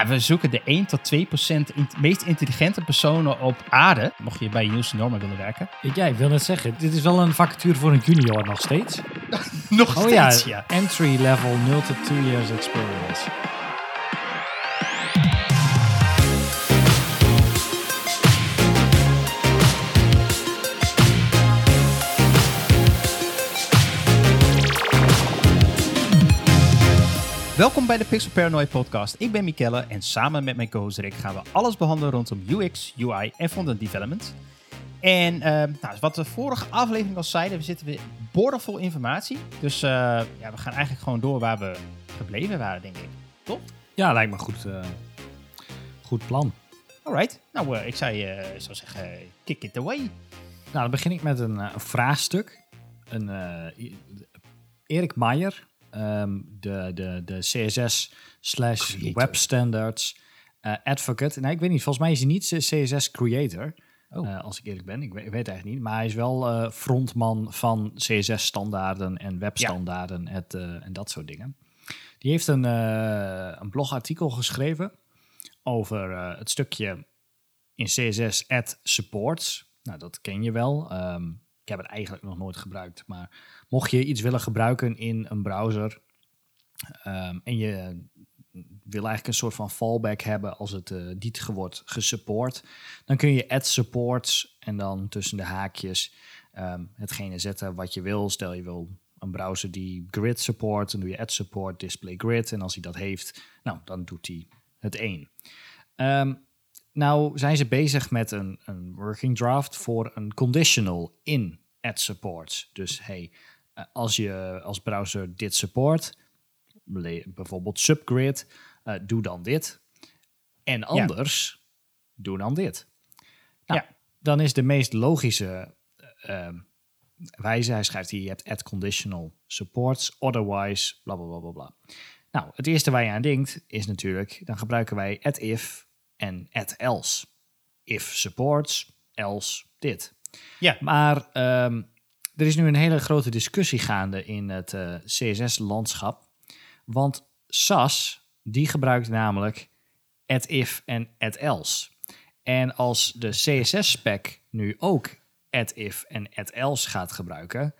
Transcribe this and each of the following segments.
we zoeken de 1 tot 2% meest intelligente personen op aarde. Mocht je bij Niels Norman willen werken. Ja, ik wil net zeggen, dit is wel een vacature voor een junior nog steeds. Nog steeds, ja. Entry level 0 to 2 years experience. Welkom bij de Pixel Paranoid podcast. Ik ben Mikelle en samen met mijn co-host Rick gaan we alles behandelen rondom UX, UI en frontend development. En wat we vorige aflevering al zeiden, we zitten weer boordevol informatie. Dus we gaan eigenlijk gewoon door waar we gebleven waren, denk ik. Toch? Ja, lijkt me goed plan. Alright. Nou, ik zou zeggen, kick it away. Nou, dan begin ik met een vraagstuk. Erik Meijer, de CSS / web standards advocate. Nou, ik weet niet, volgens mij is hij niet CSS creator. Als ik eerlijk ben. Ik weet eigenlijk niet. Maar hij is wel frontman van CSS-standaarden en webstandaarden en dat soort dingen. Die heeft een blogartikel geschreven over het stukje in CSS add supports. Nou, dat ken je wel. Ik heb het eigenlijk nog nooit gebruikt. Maar mocht je iets willen gebruiken in een browser en je wil eigenlijk een soort van fallback hebben als het niet wordt gesupport, dan kun je add supports en dan tussen de haakjes hetgene zetten wat je wil. Stel je wil een browser die grid support, dan doe je add support display grid en als hij dat heeft, nou, dan doet hij het 1. Nou zijn ze bezig met een working draft voor een conditional in add supports. Dus als je als browser dit support, bijvoorbeeld subgrid, doe dan dit. En anders, doe dan dit. Nou, dan is de meest logische wijze, hij schrijft hier, je hebt add conditional supports, otherwise, bla bla bla bla bla. Nou, het eerste waar je aan denkt is natuurlijk, dan gebruiken wij add if en add else. If supports, else dit. Ja. Maar er is nu een hele grote discussie gaande in het CSS-landschap. Want SAS, die gebruikt namelijk add if en add else. En als de CSS-spec nu ook add if en add else gaat gebruiken,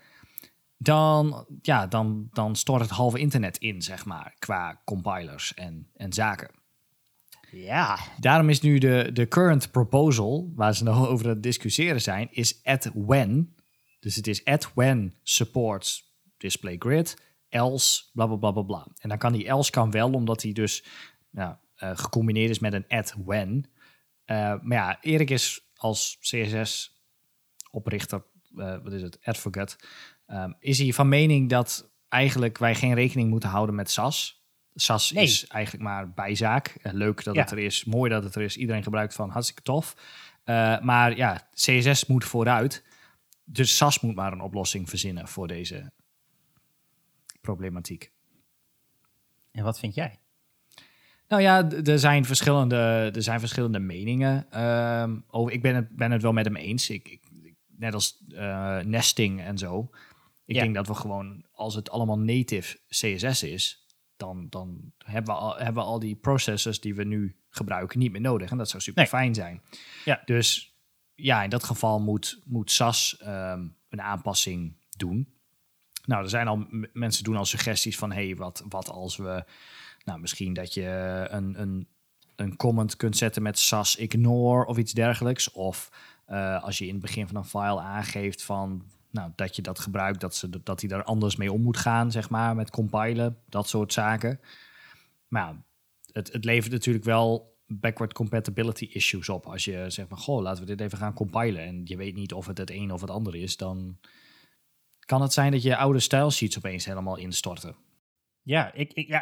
dan stort het halve internet in, zeg maar, qua compilers en zaken. Ja. Daarom is nu de current proposal, waar ze nou over het discussiëren zijn, is add when. Dus het is add when supports display grid, else, bla bla bla bla bla. En dan kan die else wel, omdat hij dus gecombineerd is met een add when. Maar ja, Erik is als CSS-oprichter, advocate, is hij van mening dat eigenlijk wij geen rekening moeten houden met SAS. SAS is eigenlijk maar bijzaak. Leuk dat het er is, mooi dat het er is. Iedereen gebruikt van, hartstikke tof. Maar ja, CSS moet vooruit. Dus SAS moet maar een oplossing verzinnen voor deze problematiek. En wat vind jij? Nou ja, er zijn verschillende meningen. Ik ben het wel met hem eens. Net als nesting en zo. Ik denk dat we gewoon, als het allemaal native CSS is, dan hebben we al die processors die we nu gebruiken niet meer nodig. En dat zou super fijn zijn. Ja. Dus ja, in dat geval moet SAS een aanpassing doen. Nou, er zijn al mensen doen al suggesties van, wat als we, nou, misschien dat je een comment kunt zetten met SAS ignore of iets dergelijks. Of als je in het begin van een file aangeeft van, nou, dat je dat gebruikt, dat hij daar anders mee om moet gaan, zeg maar, met compilen, dat soort zaken. Maar ja, het levert natuurlijk wel backward compatibility issues op. Als je zegt van, goh, laten we dit even gaan compilen en je weet niet of het een of het ander is, dan kan het zijn dat je oude stylesheets opeens helemaal instorten. Ja,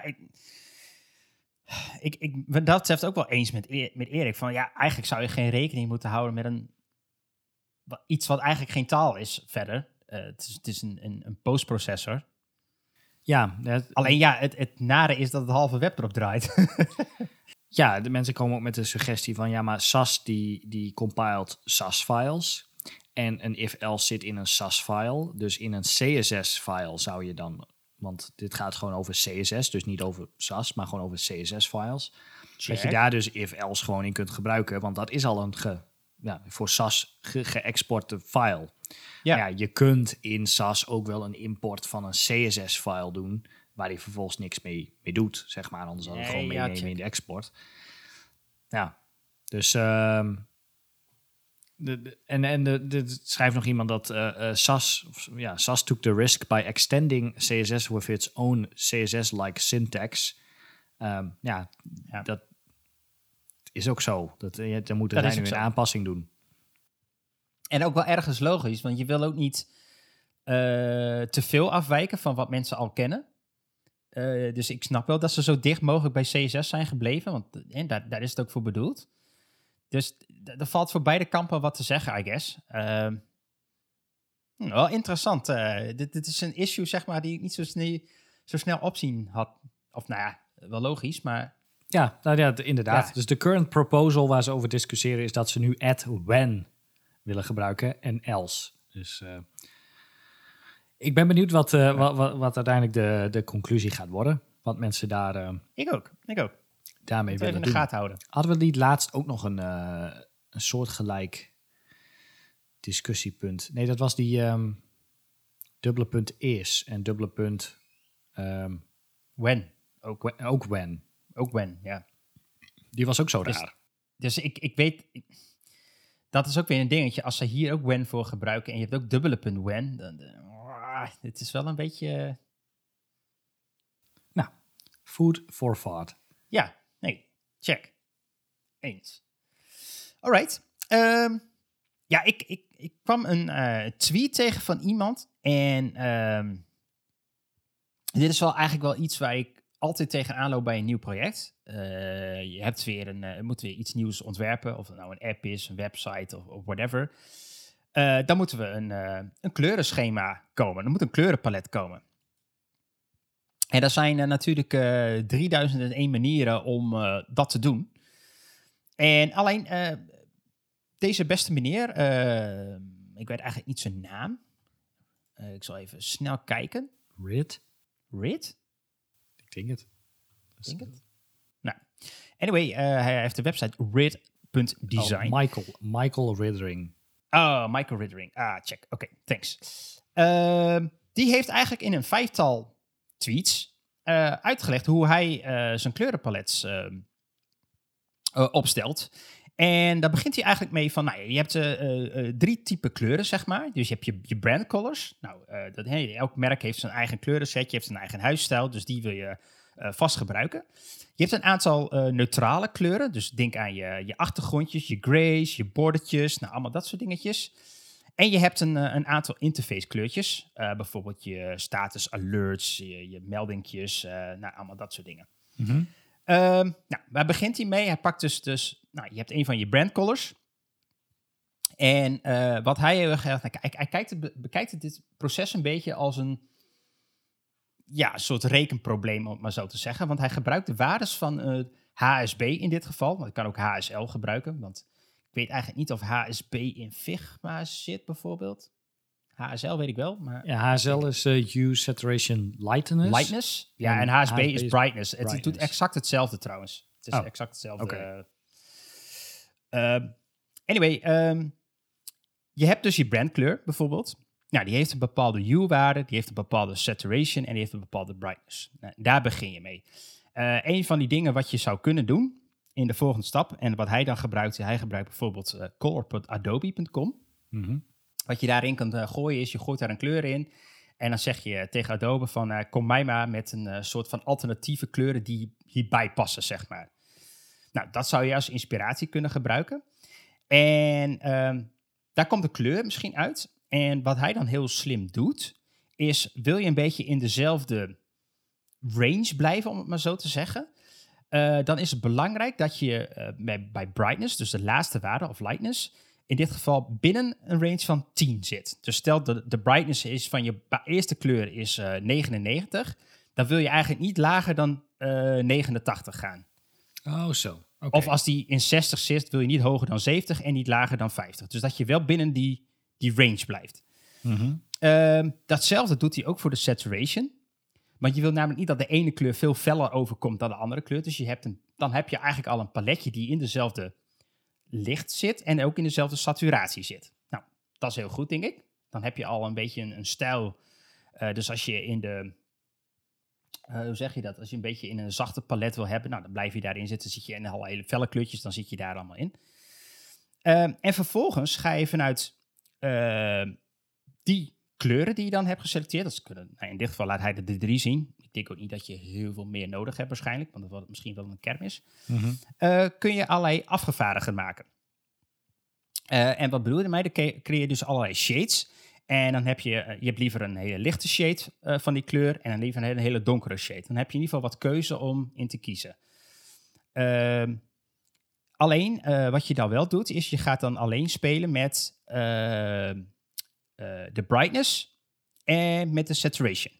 ik ben dat zelfs ook wel eens met Erik. Van ja, eigenlijk zou je geen rekening moeten houden met iets wat eigenlijk geen taal is verder. Het is een postprocessor. Ja. Alleen ja, het nare is dat het halve web erop draait. Ja, de mensen komen ook met de suggestie van, ja, maar SAS die compiled SAS-files. En een if-else zit in een SAS-file. Dus in een CSS-file zou je dan, want dit gaat gewoon over CSS, dus niet over SAS, maar gewoon over CSS-files. Dat je daar dus if-else gewoon in kunt gebruiken. Want dat is al een voor SAS geëxporte file. Ja. Ja, je kunt in SAS ook wel een import van een CSS-file doen, waar je vervolgens niks mee doet, zeg maar. Anders zal het gewoon meenemen in de export. Ja, dus... schrijft nog iemand dat SAS took the risk by extending CSS with its own CSS-like syntax. Dat is ook zo. Dan moet er nu een aanpassing doen. En ook wel ergens logisch, want je wil ook niet te veel afwijken van wat mensen al kennen. Dus ik snap wel dat ze zo dicht mogelijk bij CSS zijn gebleven, want daar is het ook voor bedoeld. Dus er valt voor beide kampen wat te zeggen, I guess. Wel interessant. Dit is een issue, zeg maar, die ik niet zo snel opzien had. Of nou ja, wel logisch, maar... Ja, inderdaad. Ja. Dus de current proposal waar ze over discussiëren is dat ze nu @when willen gebruiken en else. Dus ik ben benieuwd wat uiteindelijk de conclusie gaat worden. Wat mensen daar... Ik ook. Daarmee willen in de gaten houden. Hadden we niet laatst ook nog een soortgelijk discussiepunt? Nee, dat was die dubbele punt is en dubbele punt... when. Ook when. Ook when, ja. Die was ook zo raar. Dus ik weet... Dat is ook weer een dingetje. Als ze hier ook when voor gebruiken en je hebt ook dubbele punt when, dan... het is wel een beetje... Nou, food for thought. Ja, nee, check. Eens. Alright. Ik kwam een tweet tegen van iemand. En dit is wel eigenlijk wel iets waar ik altijd tegenaan loop bij een nieuw project. Je hebt moet weer iets nieuws ontwerpen. Of het nou een app is, een website of whatever. Dan moeten we een kleurenschema komen. Er moet een kleurenpalet komen. En er zijn natuurlijk 3001 manieren om dat te doen. En alleen deze beste meneer, ik weet eigenlijk niet zijn naam. Ik zal even snel kijken. Rid? Ik denk het. Nou, anyway, hij heeft de website rid.design. Michael Riddering. Oh, Michael Riddering. Check. Oké, thanks. Die heeft eigenlijk in een 5-tal tweets uitgelegd hoe hij zijn kleurenpalet opstelt. En daar begint hij eigenlijk mee van, je hebt 3 typen kleuren, zeg maar. Dus je hebt je brand colors. Nou, elk merk heeft zijn eigen kleurensetje, heeft zijn eigen huisstijl, dus die wil je vast gebruiken. Je hebt een aantal neutrale kleuren, dus denk aan je achtergrondjes, je grays, je bordertjes, nou, allemaal dat soort dingetjes. En je hebt een aantal interface kleurtjes, bijvoorbeeld je status alerts, je meldingjes, nou, allemaal dat soort dingen. Mm-hmm. Waar begint hij mee? Hij pakt dus je hebt een van je brand colors. En wat hij heel erg hij bekijkt dit proces een beetje als een soort rekenprobleem, om het maar zo te zeggen. Want hij gebruikt de waardes van HSB in dit geval. Want ik kan ook HSL gebruiken, want ik weet eigenlijk niet of HSB in Figma zit, bijvoorbeeld. HSL weet ik wel. Maar ja, HSL is Hue Saturation Lightness. Ja, en HSB is Brightness. Het doet exact hetzelfde trouwens. Het is exact hetzelfde. Okay. Anyway, je hebt dus je brandkleur bijvoorbeeld. Nou, die heeft een bepaalde hue-waarde, die heeft een bepaalde saturation en die heeft een bepaalde brightness. Nou, daar begin je mee. Een van die dingen wat je zou kunnen doen in de volgende stap, en wat hij dan gebruikt, hij gebruikt bijvoorbeeld color.adobe.com. Mm-hmm. Wat je daarin kan gooien is, je gooit daar een kleur in en dan zeg je tegen Adobe van, kom mij maar met een soort van alternatieve kleuren die hierbij passen, zeg maar. Nou, dat zou je als inspiratie kunnen gebruiken. En daar komt de kleur misschien uit. En wat hij dan heel slim doet, is, wil je een beetje in dezelfde range blijven, om het maar zo te zeggen, dan is het belangrijk dat je bij brightness, dus de laatste waarde of lightness, in dit geval binnen een range van 10 zit. Dus stel de brightness is van je eerste kleur is 99, dan wil je eigenlijk niet lager dan 89 gaan. Oh, zo. Okay. Of als die in 60 zit, wil je niet hoger dan 70 en niet lager dan 50. Dus dat je wel binnen die range blijft. Mm-hmm. Datzelfde doet hij ook voor de saturation. Want je wil namelijk niet dat de ene kleur veel feller overkomt dan de andere kleur. Dus je hebt dan heb je eigenlijk al een paletje die in dezelfde licht zit en ook in dezelfde saturatie zit. Nou, dat is heel goed, denk ik. Dan heb je al een beetje een stijl. Dus als je in de... hoe zeg je dat? Als je een beetje in een zachte palet wil hebben, nou, dan blijf je daarin zitten. Zit je in al hele felle kleurtjes, dan zit je daar allemaal in. En vervolgens ga je vanuit die kleuren die je dan hebt geselecteerd. Dat kunnen, in dit geval laat hij de 3 zien. Ik denk ook niet dat je heel veel meer nodig hebt waarschijnlijk, want dat wordt misschien wel een kermis. Kun je allerlei afgevaardigden maken. En wat bedoel je ermee? Dan creëer je dus allerlei shades. En dan heb je hebt liever een hele lichte shade van die kleur en dan liever een hele donkere shade. Dan heb je in ieder geval wat keuze om in te kiezen. Alleen, wat je dan wel doet, is je gaat dan alleen spelen met de brightness en met de saturation.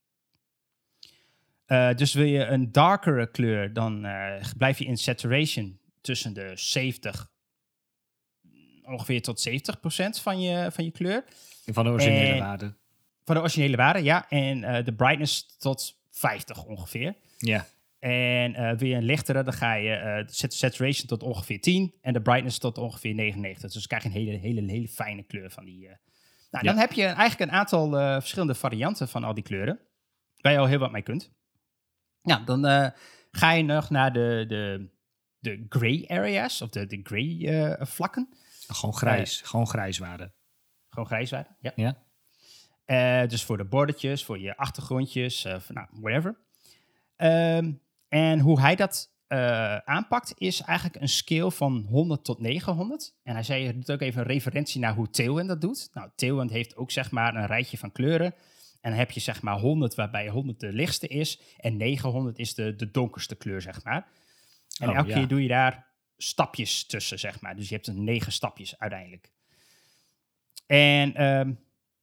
Dus wil je een darkere kleur, dan blijf je in saturation tussen de 70 ongeveer tot 70% van je kleur. Van de originele waarde. Van de originele waarde, ja. En de brightness tot 50 ongeveer. Ja. En wil je een lichtere, dan ga je de saturation tot ongeveer 10 en de brightness tot ongeveer 99. Dus dan krijg je een hele fijne kleur van die. Dan heb je eigenlijk een aantal verschillende varianten van al die kleuren, waar je al heel wat mee kunt. Nou, dan ga je nog naar de gray areas, of de gray vlakken. Gewoon grijs. Gewoon grijswaarde. Gewoon grijswaarde, ja. Ja. Dus voor de bordertjes, voor je achtergrondjes, whatever. En hoe hij dat aanpakt is eigenlijk een scale van 100 tot 900. En hij zei, je doet ook even een referentie naar hoe Tailwind dat doet. Nou, Tailwind heeft ook zeg maar een rijtje van kleuren. En dan heb je zeg maar 100 waarbij 100 de lichtste is. En 900 is de donkerste kleur, zeg maar. En elke keer doe je daar stapjes tussen, zeg maar. Dus je hebt 9 stapjes uiteindelijk. En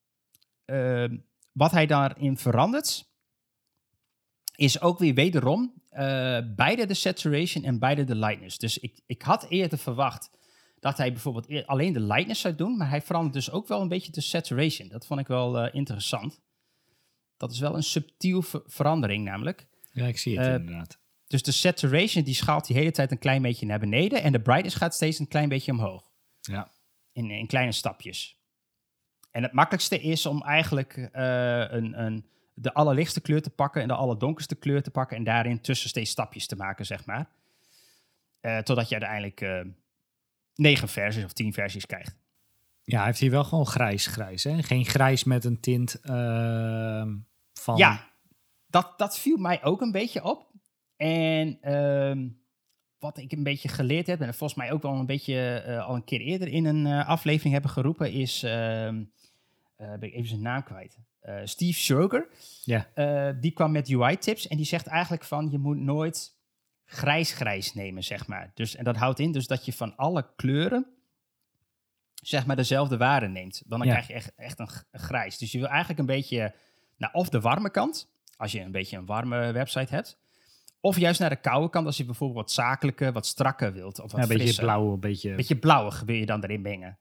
wat hij daarin verandert, is ook weer wederom beide de saturation en beide de lightness. Dus ik had eerder verwacht dat hij bijvoorbeeld alleen de lightness zou doen, maar hij verandert dus ook wel een beetje de saturation. Dat vond ik wel interessant. Dat is wel een subtiel verandering namelijk. Ja, ik zie het inderdaad. Dus de saturation die schaalt die hele tijd een klein beetje naar beneden en de brightness gaat steeds een klein beetje omhoog. Ja. In kleine stapjes. En het makkelijkste is om eigenlijk de allerlichtste kleur te pakken en de allerdonkerste kleur te pakken en daarin tussen steeds stapjes te maken, zeg maar. Totdat je uiteindelijk 9 versies of 10 versies krijgt. Ja, hij heeft hier wel gewoon grijs, hè? Geen grijs met een tint van... Ja, dat viel mij ook een beetje op. En wat ik een beetje geleerd heb, en volgens mij ook wel een beetje al een keer eerder in een aflevering hebben geroepen, is... ben ik even zijn naam kwijt. Steve Schroeder. Ja. Die kwam met UI-tips en die zegt eigenlijk van, je moet nooit grijs nemen, zeg maar. Dus, en dat houdt in dus dat je van alle kleuren, zeg maar, dezelfde waarde neemt. Dan krijg je echt een grijs. Dus je wil eigenlijk een beetje, of de warme kant, als je een beetje een warme website hebt, of juist naar de koude kant, als je bijvoorbeeld wat zakelijker, wat strakker wilt. Of wat een beetje frisser. blauw, een beetje... Beetje blauwig wil je dan erin mengen.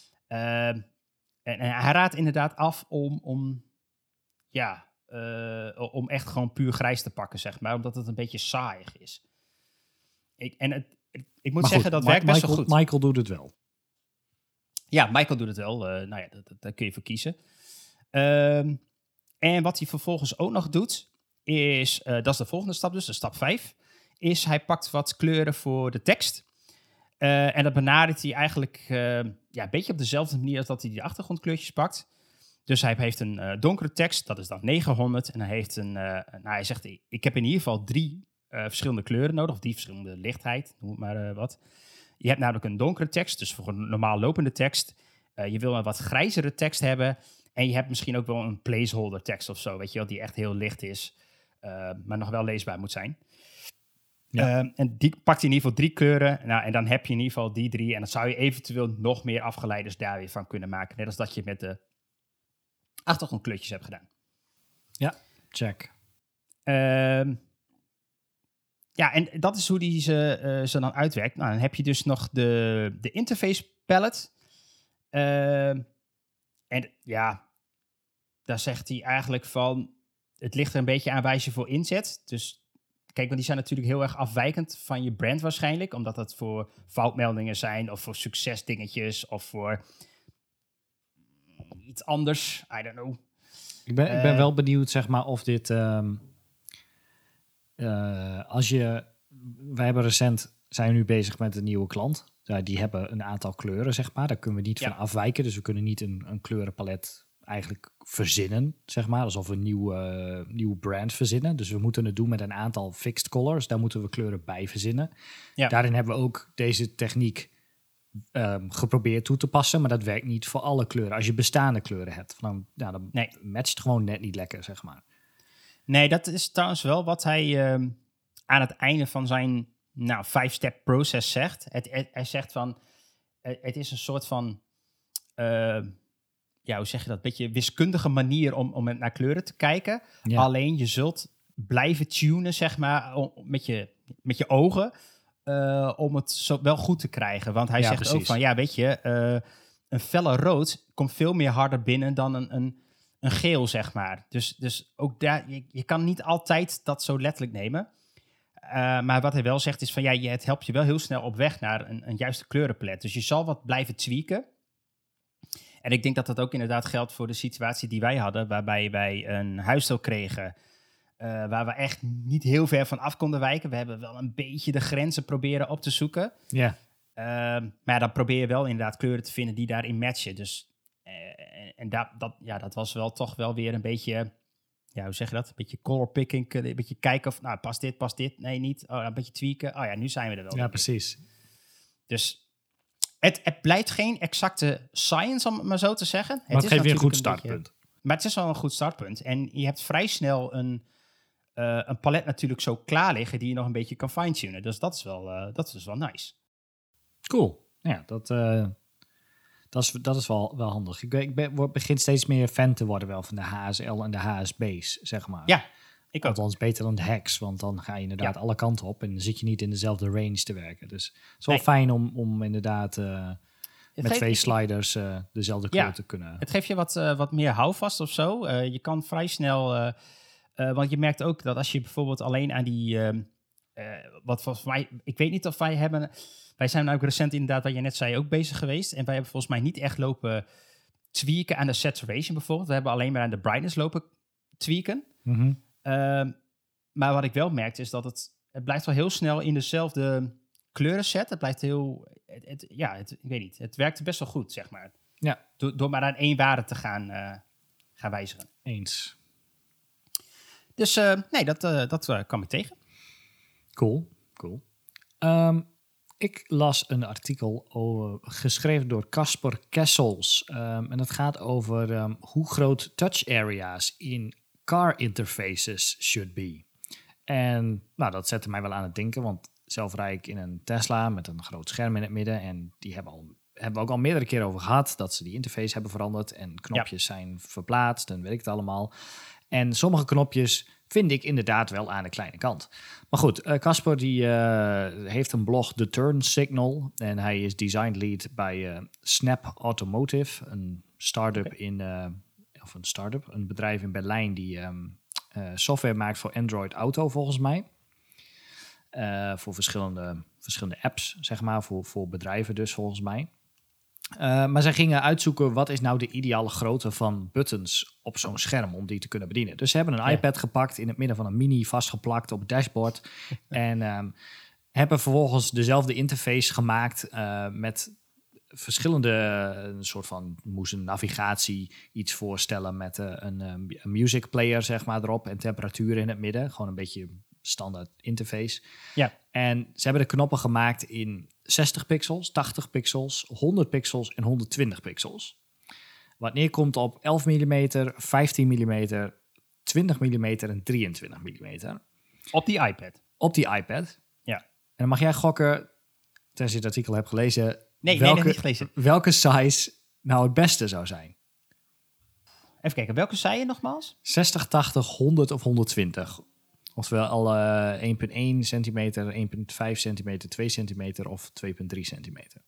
En hij raadt inderdaad af om echt gewoon puur grijs te pakken, zeg maar. Omdat het een beetje saaiig is. Ik moet zeggen, dat werkt best wel goed. Michael doet het wel. Ja, Michael doet het wel. Daar kun je voor kiezen. En wat hij vervolgens ook nog doet, is... dat is de volgende stap dus, de stap 5. Is hij pakt wat kleuren voor de tekst. En dat benadert hij eigenlijk een beetje op dezelfde manier als dat hij die achtergrondkleurtjes pakt. Dus hij heeft een donkere tekst, dat is dan 900. En hij heeft hij zegt, ik heb in ieder geval 3 verschillende kleuren nodig, of 3 verschillende lichtheid, noem het maar wat. Je hebt namelijk een donkere tekst, dus voor een normaal lopende tekst. Je wil een wat grijzere tekst hebben. En je hebt misschien ook wel een placeholder tekst of zo, weet je wel, die echt heel licht is, maar nog wel leesbaar moet zijn. Ja. En die pakt hij in ieder geval 3 kleuren. En dan heb je in ieder geval die 3. En dan zou je eventueel nog meer afgeleiders daar weer van kunnen maken. Net als dat je met de achtergrondkleurtjes hebt gedaan. Ja, check. En dat is hoe die ze dan uitwerkt. Nou, dan heb je dus nog de interface palette. Daar zegt hij eigenlijk van, het ligt er een beetje aan waar je voor inzet. Dus kijk, want die zijn natuurlijk heel erg afwijkend van je brand waarschijnlijk. Omdat het voor foutmeldingen zijn of voor succesdingetjes of voor iets anders. I don't know. Ik ben wel benieuwd, zeg maar, of dit... wij hebben zijn we nu bezig met een nieuwe klant. Die hebben een aantal kleuren, zeg maar. Daar kunnen we niet van afwijken. Dus we kunnen niet een kleurenpalet eigenlijk verzinnen, zeg maar. Alsof we een nieuw brand verzinnen. Dus we moeten het doen met een aantal fixed colors. Daar moeten we kleuren bij verzinnen. Ja. Daarin hebben we ook deze techniek geprobeerd toe te passen. Maar dat werkt niet voor alle kleuren. Als je bestaande kleuren hebt, dan matcht het gewoon net niet lekker, zeg maar. Nee, dat is trouwens wel wat hij aan het einde van zijn 5-step process zegt. Hij zegt van, het is een soort van, hoe zeg je dat, beetje wiskundige manier om naar kleuren te kijken. Ja. Alleen je zult blijven tunen, zeg maar, met je ogen, om het zo wel goed te krijgen. Want hij zegt precies. Ook van, weet je, een felle rood komt veel meer harder binnen dan een geel, zeg maar. Dus ook daar, je kan niet altijd dat zo letterlijk nemen. Maar wat hij wel zegt is van, het helpt je wel heel snel op weg naar een juiste kleurenpalet. Dus je zal wat blijven tweaken. En ik denk dat dat ook inderdaad geldt voor de situatie die wij hadden, waarbij wij een huisstijl kregen, waar we echt niet heel ver van af konden wijken. We hebben wel een beetje de grenzen proberen op te zoeken. Ja. Maar dan probeer je wel inderdaad kleuren te vinden die daarin matchen. Dus dat was wel toch wel weer een beetje, hoe zeg je dat? Een beetje color picking, een beetje kijken of, past dit, nee niet. Een beetje tweaken. Nu zijn we er wel. Ja, precies. Dus het blijft geen exacte science, om het maar zo te zeggen. Maar het geeft weer een goed startpunt. Maar het is wel een goed startpunt. En je hebt vrij snel een palet natuurlijk zo klaar liggen die je nog een beetje kan fine-tunen. Dus dat is wel nice. Cool. Ja, dat is wel handig. Ik begin steeds meer fan te worden wel van de HSL en de HSB's, zeg maar. Ja, ik ook. Althans beter dan de hacks, want dan ga je inderdaad alle kanten op en dan zit je niet in dezelfde range te werken. Dus het is wel fijn om inderdaad met twee sliders dezelfde kleur te kunnen. Het geeft je wat meer houvast of zo. Je kan vrij snel, want je merkt ook dat als je bijvoorbeeld alleen aan die, wat volgens mij, ik weet niet of wij hebben. Wij zijn ook recent inderdaad, wat je net zei, ook bezig geweest. En wij hebben volgens mij niet echt lopen tweaken aan de saturation bijvoorbeeld. We hebben alleen maar aan de brightness lopen tweaken. Mm-hmm. Maar wat ik wel merkte is dat het blijft wel heel snel in dezelfde kleurenset. Het blijft heel, ik weet niet. Het werkte best wel goed, zeg maar. Ja. Door maar aan één waarde te gaan wijzigen. Eens. Dus dat kwam ik tegen. Cool. Ik las een artikel geschreven door Casper Kessels. En dat gaat over hoe groot touch areas in car interfaces should be. En dat zette mij wel aan het denken, want zelf rijd ik in een Tesla met een groot scherm in het midden. En die hebben we ook al meerdere keren over gehad, dat ze die interface hebben veranderd. En knopjes zijn verplaatst en weet ik het allemaal. En sommige knopjes vind ik inderdaad wel aan de kleine kant. Maar goed, Casper die heeft een blog, The Turn Signal. En hij is design lead bij Snap Automotive, een start-up een bedrijf in Berlijn die software maakt voor Android Auto volgens mij. Voor verschillende apps, zeg maar, voor bedrijven dus volgens mij. Maar zij gingen uitzoeken wat is nou de ideale grootte van buttons op zo'n scherm om die te kunnen bedienen. Dus ze hebben een iPad gepakt, in het midden van een mini vastgeplakt op het dashboard. En hebben vervolgens dezelfde interface gemaakt met verschillende, een soort van, moest een navigatie iets voorstellen met een music player, zeg maar, erop en temperatuur in het midden. Gewoon een beetje standaard interface. Ja. En ze hebben de knoppen gemaakt in 60 pixels, 80 pixels, 100 pixels en 120 pixels. Wat neerkomt op 11 mm, 15 mm, 20 mm en 23 mm. Op die iPad? Op die iPad. Ja. En dan mag jij gokken, tenzij je het artikel hebt gelezen, nee, niet gelezen. Welke size nou het beste zou zijn? Even kijken, welke zei je nogmaals? 60, 80, 100 of 120. Oftewel al 1,1 centimeter, 1,5 centimeter, 2 centimeter of 2,3 centimeter.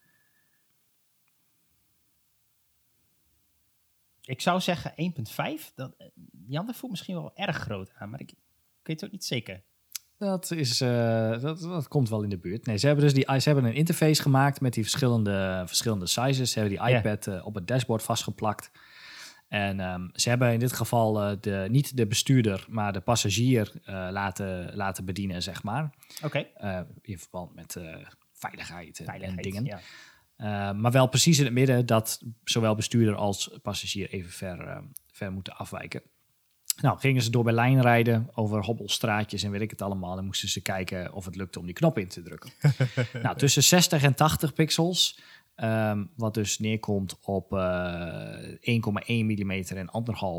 Ik zou zeggen 1,5. Die andere voelt misschien wel erg groot aan, maar ik weet het ook niet zeker. Dat komt wel in de buurt. Nee, ze hebben een interface gemaakt met die verschillende sizes. Ze hebben die iPad op het dashboard vastgeplakt. En ze hebben in dit geval niet de bestuurder, maar de passagier laten bedienen, zeg maar. Oké. In verband met veiligheid en dingen. Ja. Maar wel precies in het midden dat zowel bestuurder als passagier even ver moeten afwijken. Nou, gingen ze door Berlijn rijden over hobbelstraatjes en weet ik het allemaal. En moesten ze kijken of het lukte om die knop in te drukken. Nou, tussen 60 en 80 pixels, wat dus neerkomt op 1,1 mm en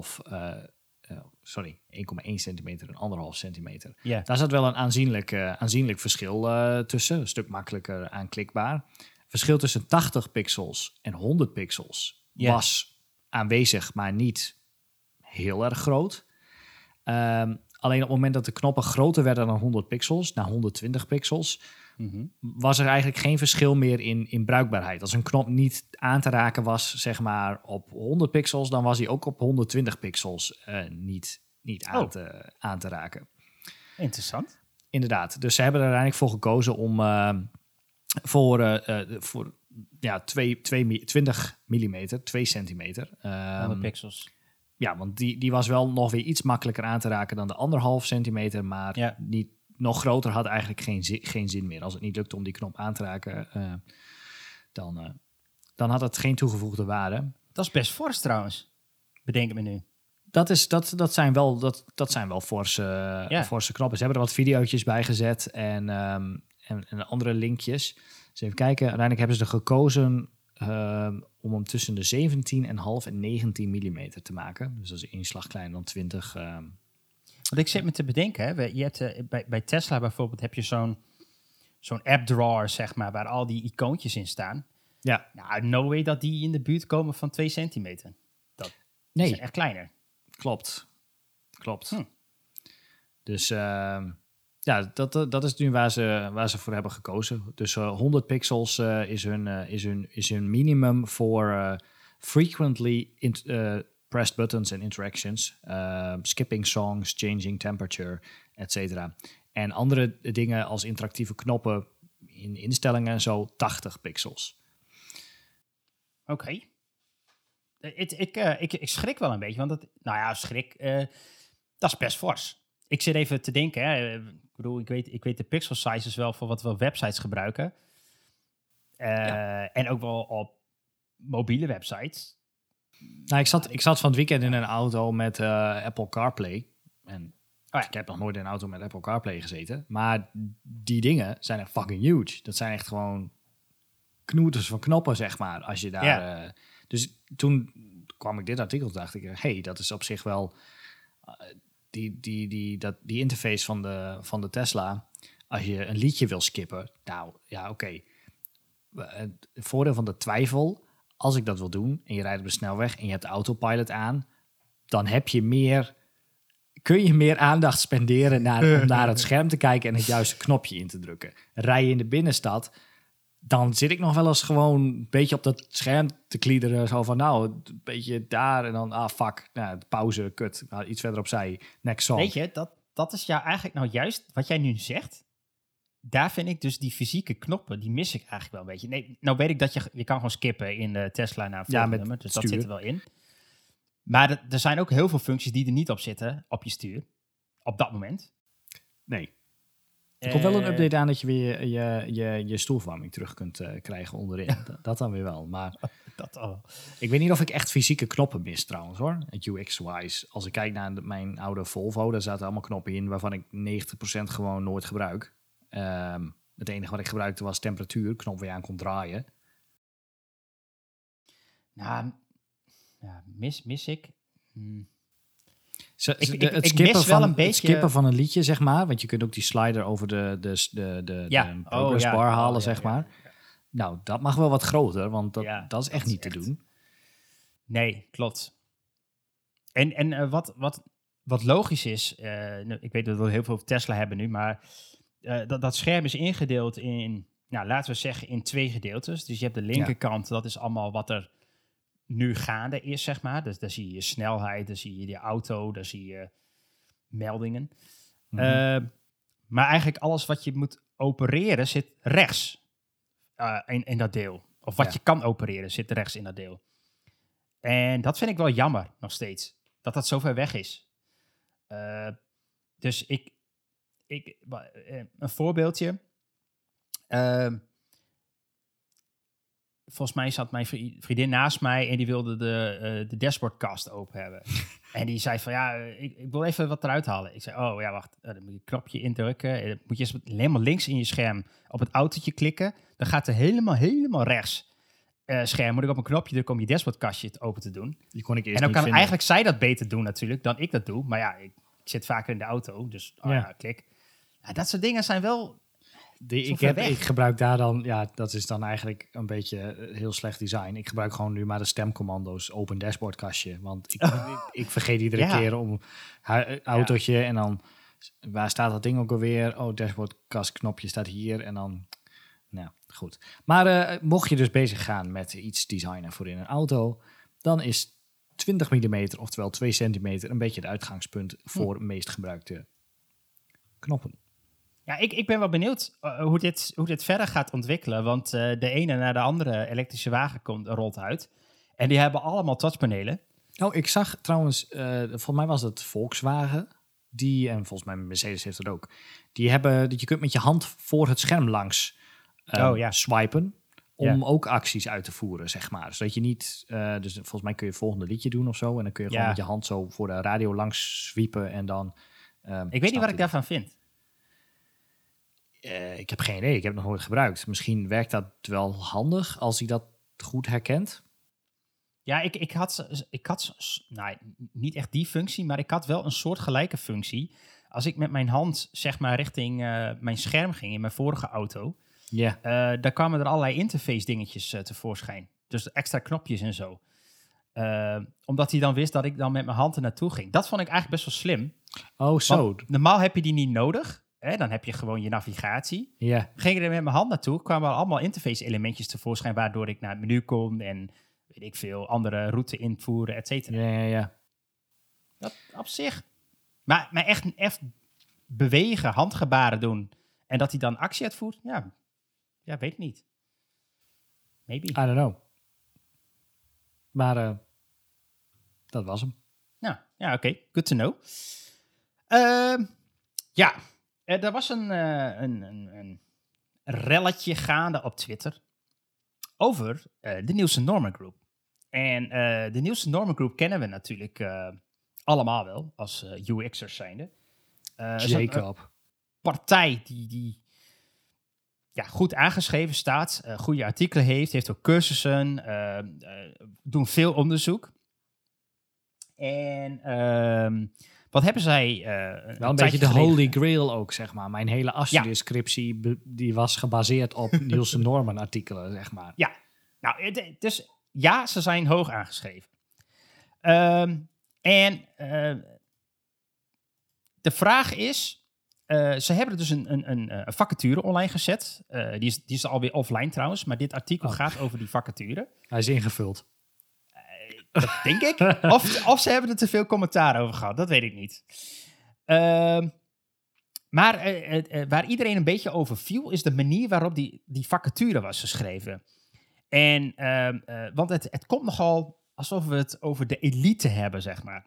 1,1 centimeter en 1,5 centimeter. Yeah. Daar zat wel een aanzienlijk verschil tussen. Een stuk makkelijker aanklikbaar. Verschil tussen 80 pixels en 100 pixels was aanwezig, maar niet heel erg groot. Alleen op het moment dat de knoppen groter werden dan 100 pixels, naar 120 pixels, was er eigenlijk geen verschil meer in bruikbaarheid. Als een knop niet aan te raken was, zeg maar, op 100 pixels, dan was hij ook op 120 pixels niet aan te raken. Interessant. Inderdaad. Dus ze hebben er uiteindelijk voor gekozen om voor 20 mm, 2 centimeter. 100 pixels. Ja, want die was wel nog weer iets makkelijker aan te raken dan de 1,5 centimeter. Maar niet nog groter had eigenlijk geen zin meer. Als het niet lukte om die knop aan te raken, dan had het geen toegevoegde waarde. Dat is best fors trouwens. Bedenk me nu. Dat zijn wel forse knoppen. Ze hebben er wat video's bij gezet en andere linkjes. Dus even kijken. Uiteindelijk hebben ze er gekozen om hem tussen de 17,5 en 19 mm te maken. Dus dat is 1 slag kleiner dan 20. Want ik zit me te bedenken, hè. Je hebt, bij Tesla bijvoorbeeld heb je zo'n app drawer, zeg maar, waar al die icoontjes in staan. Ja. Nou, no way dat die in de buurt komen van 2 centimeter. Die zijn echt kleiner. Klopt. Dus dat is nu waar ze voor hebben gekozen. Dus 100 pixels is hun minimum voor frequently pressed buttons en interactions. Skipping songs, changing temperature, etc. En andere dingen als interactieve knoppen in instellingen en zo, 80 pixels. Oké. Ik schrik wel een beetje, want dat is best fors. Ik zit even te denken, hè. Ik bedoel, ik weet de pixel sizes wel voor wat we op websites gebruiken. En ook wel op mobiele websites. Nou, ik zat van het weekend in een auto met Apple CarPlay. En ik heb nog nooit in een auto met Apple CarPlay gezeten. Maar die dingen zijn echt fucking huge. Dat zijn echt gewoon knoeters van knoppen, zeg maar. Als je daar... dus toen kwam ik dit artikel, dacht ik, dat is op zich wel... Die interface van de Tesla, als je een liedje wil skippen, nou ja, oké. Het voordeel van de twijfel, als ik dat wil doen en je rijdt op de snelweg en je hebt de autopilot aan, dan kun je meer aandacht spenderen om naar het scherm te kijken en het juiste knopje in te drukken. Rij je in de binnenstad, dan zit ik nog wel eens gewoon een beetje op dat scherm te kliederen. Zo van, een beetje daar en dan, fuck. Nou, pauze, kut. Nou, iets verder opzij, next song. Weet je, dat is eigenlijk nou juist wat jij nu zegt. Daar vind ik dus die fysieke knoppen, die mis ik eigenlijk wel een beetje. Nee, nou weet ik dat je kan gewoon skippen in de Tesla naar een volgende nummer. Dus stuur. Dat zit er wel in. Maar er zijn ook heel veel functies die er niet op zitten, op je stuur. Op dat moment. Nee. Er komt wel een update aan dat je weer je stoelverwarming terug kunt krijgen onderin. Dat dan weer wel. Maar dat al. Ik weet niet of ik echt fysieke knoppen mis trouwens hoor. UX-wise. Als ik kijk naar mijn oude Volvo, daar zaten allemaal knoppen in waarvan ik 90% gewoon nooit gebruik. Het enige wat ik gebruikte was temperatuur, knop waar je aan kon draaien. Nou, mis ik? Het skippen van een liedje, zeg maar. Want je kunt ook die slider over de progress bar halen, zeg maar. Ja. Nou, dat mag wel wat groter, want dat is echt niet te doen. Nee, klopt. En wat logisch is, ik weet dat we heel veel Tesla hebben nu, maar dat scherm is ingedeeld in, laten we zeggen, in 2 gedeeltes. Dus je hebt de linkerkant, dat is allemaal wat er nu gaande is, zeg maar. Dus daar zie je je snelheid, daar zie je de auto, daar zie je meldingen. Maar eigenlijk alles wat je moet opereren zit rechts in dat deel. Of wat je kan opereren zit rechts in dat deel. En dat vind ik wel jammer nog steeds. Dat dat zo ver weg is. Dus een voorbeeldje. Volgens mij zat mijn vriendin naast mij en die wilde de dashboardkast open hebben. En die zei van, ik wil even wat eruit halen. Ik zei, oh ja, wacht, dan moet je een knopje indrukken. Dan moet je helemaal links in je scherm op het autootje klikken. Dan gaat er helemaal rechts scherm. Moet ik op een knopje drukken om je dashboardkastje open te doen. Die kon ik eerst en dan niet kan vinden. eigenlijk zij dat beter doen natuurlijk dan ik dat doe. Maar ja, ik zit vaker in de auto, dus klik. Nou, dat soort dingen zijn wel... Ik gebruik daar dan, dat is dan eigenlijk een beetje heel slecht design. Ik gebruik gewoon nu maar de stemcommando's open dashboardkastje. Want ik vergeet iedere keer om autootje en dan, waar staat dat ding ook alweer? Oh, dashboardkast knopje staat hier en dan, nou goed. Maar mocht je dus bezig gaan met iets designen voor in een auto, dan is 20 mm, oftewel 2 centimeter, een beetje het uitgangspunt voor meest gebruikte knoppen. Ja, ik ben wel benieuwd hoe dit verder gaat ontwikkelen. Want de ene naar de andere elektrische wagen rolt uit. En die hebben allemaal touchpanelen. Oh, ik zag trouwens, volgens mij was het Volkswagen. En volgens mij Mercedes heeft het ook. Die hebben dat je kunt met je hand voor het scherm langs swipen. Om ook acties uit te voeren, zeg maar. Zodat je niet... dus volgens mij kun je het volgende liedje doen of zo. En dan kun je gewoon met je hand zo voor de radio langs sweepen. En dan... ik weet niet wat ik daarvan vind. Ik heb geen idee. Ik heb het nog nooit gebruikt. Misschien werkt dat wel handig als hij dat goed herkent. Ja, ik had niet echt die functie, maar ik had wel een soortgelijke functie. Als ik met mijn hand zeg maar richting mijn scherm ging in mijn vorige auto, daar kwamen er allerlei interface dingetjes tevoorschijn. Dus extra knopjes en zo. Omdat hij dan wist dat ik dan met mijn hand er naartoe ging. Dat vond ik eigenlijk best wel slim. Oh, zo. Want normaal heb je die niet nodig. Dan heb je gewoon je navigatie. Ging ik er met mijn hand naartoe, kwamen er allemaal interface elementjes tevoorschijn, waardoor ik naar het menu kon en weet ik veel, andere route invoeren, et cetera. Ja. Dat op zich. Maar echt bewegen, handgebaren doen en dat hij dan actie uitvoert, ja, weet ik niet. Maybe. I don't know. Maar dat was hem. Nou, ja, oké. Good to know. Er was een relletje gaande op Twitter over de Nielsen Norman Group. En de Nielsen Norman Group kennen we natuurlijk allemaal wel als UX'ers zijnde. Jacob. Partij die goed aangeschreven staat, goede artikelen heeft ook cursussen, doen veel onderzoek. En wat hebben zij... wel een beetje de holy grail ook, zeg maar. Mijn hele afstudierscriptie die was gebaseerd op Nielsen Norman artikelen, zeg maar. Ja, nou, dus ja, ze zijn hoog aangeschreven. De vraag is, ze hebben dus een vacature online gezet. Die is alweer offline trouwens, maar dit artikel gaat over die vacature. Hij is ingevuld. Dat denk ik. Of ze hebben er te veel commentaar over gehad. Dat weet ik niet. Maar waar iedereen een beetje over viel, is de manier waarop die vacature was geschreven. En, want het komt nogal alsof we het over de elite hebben, zeg maar.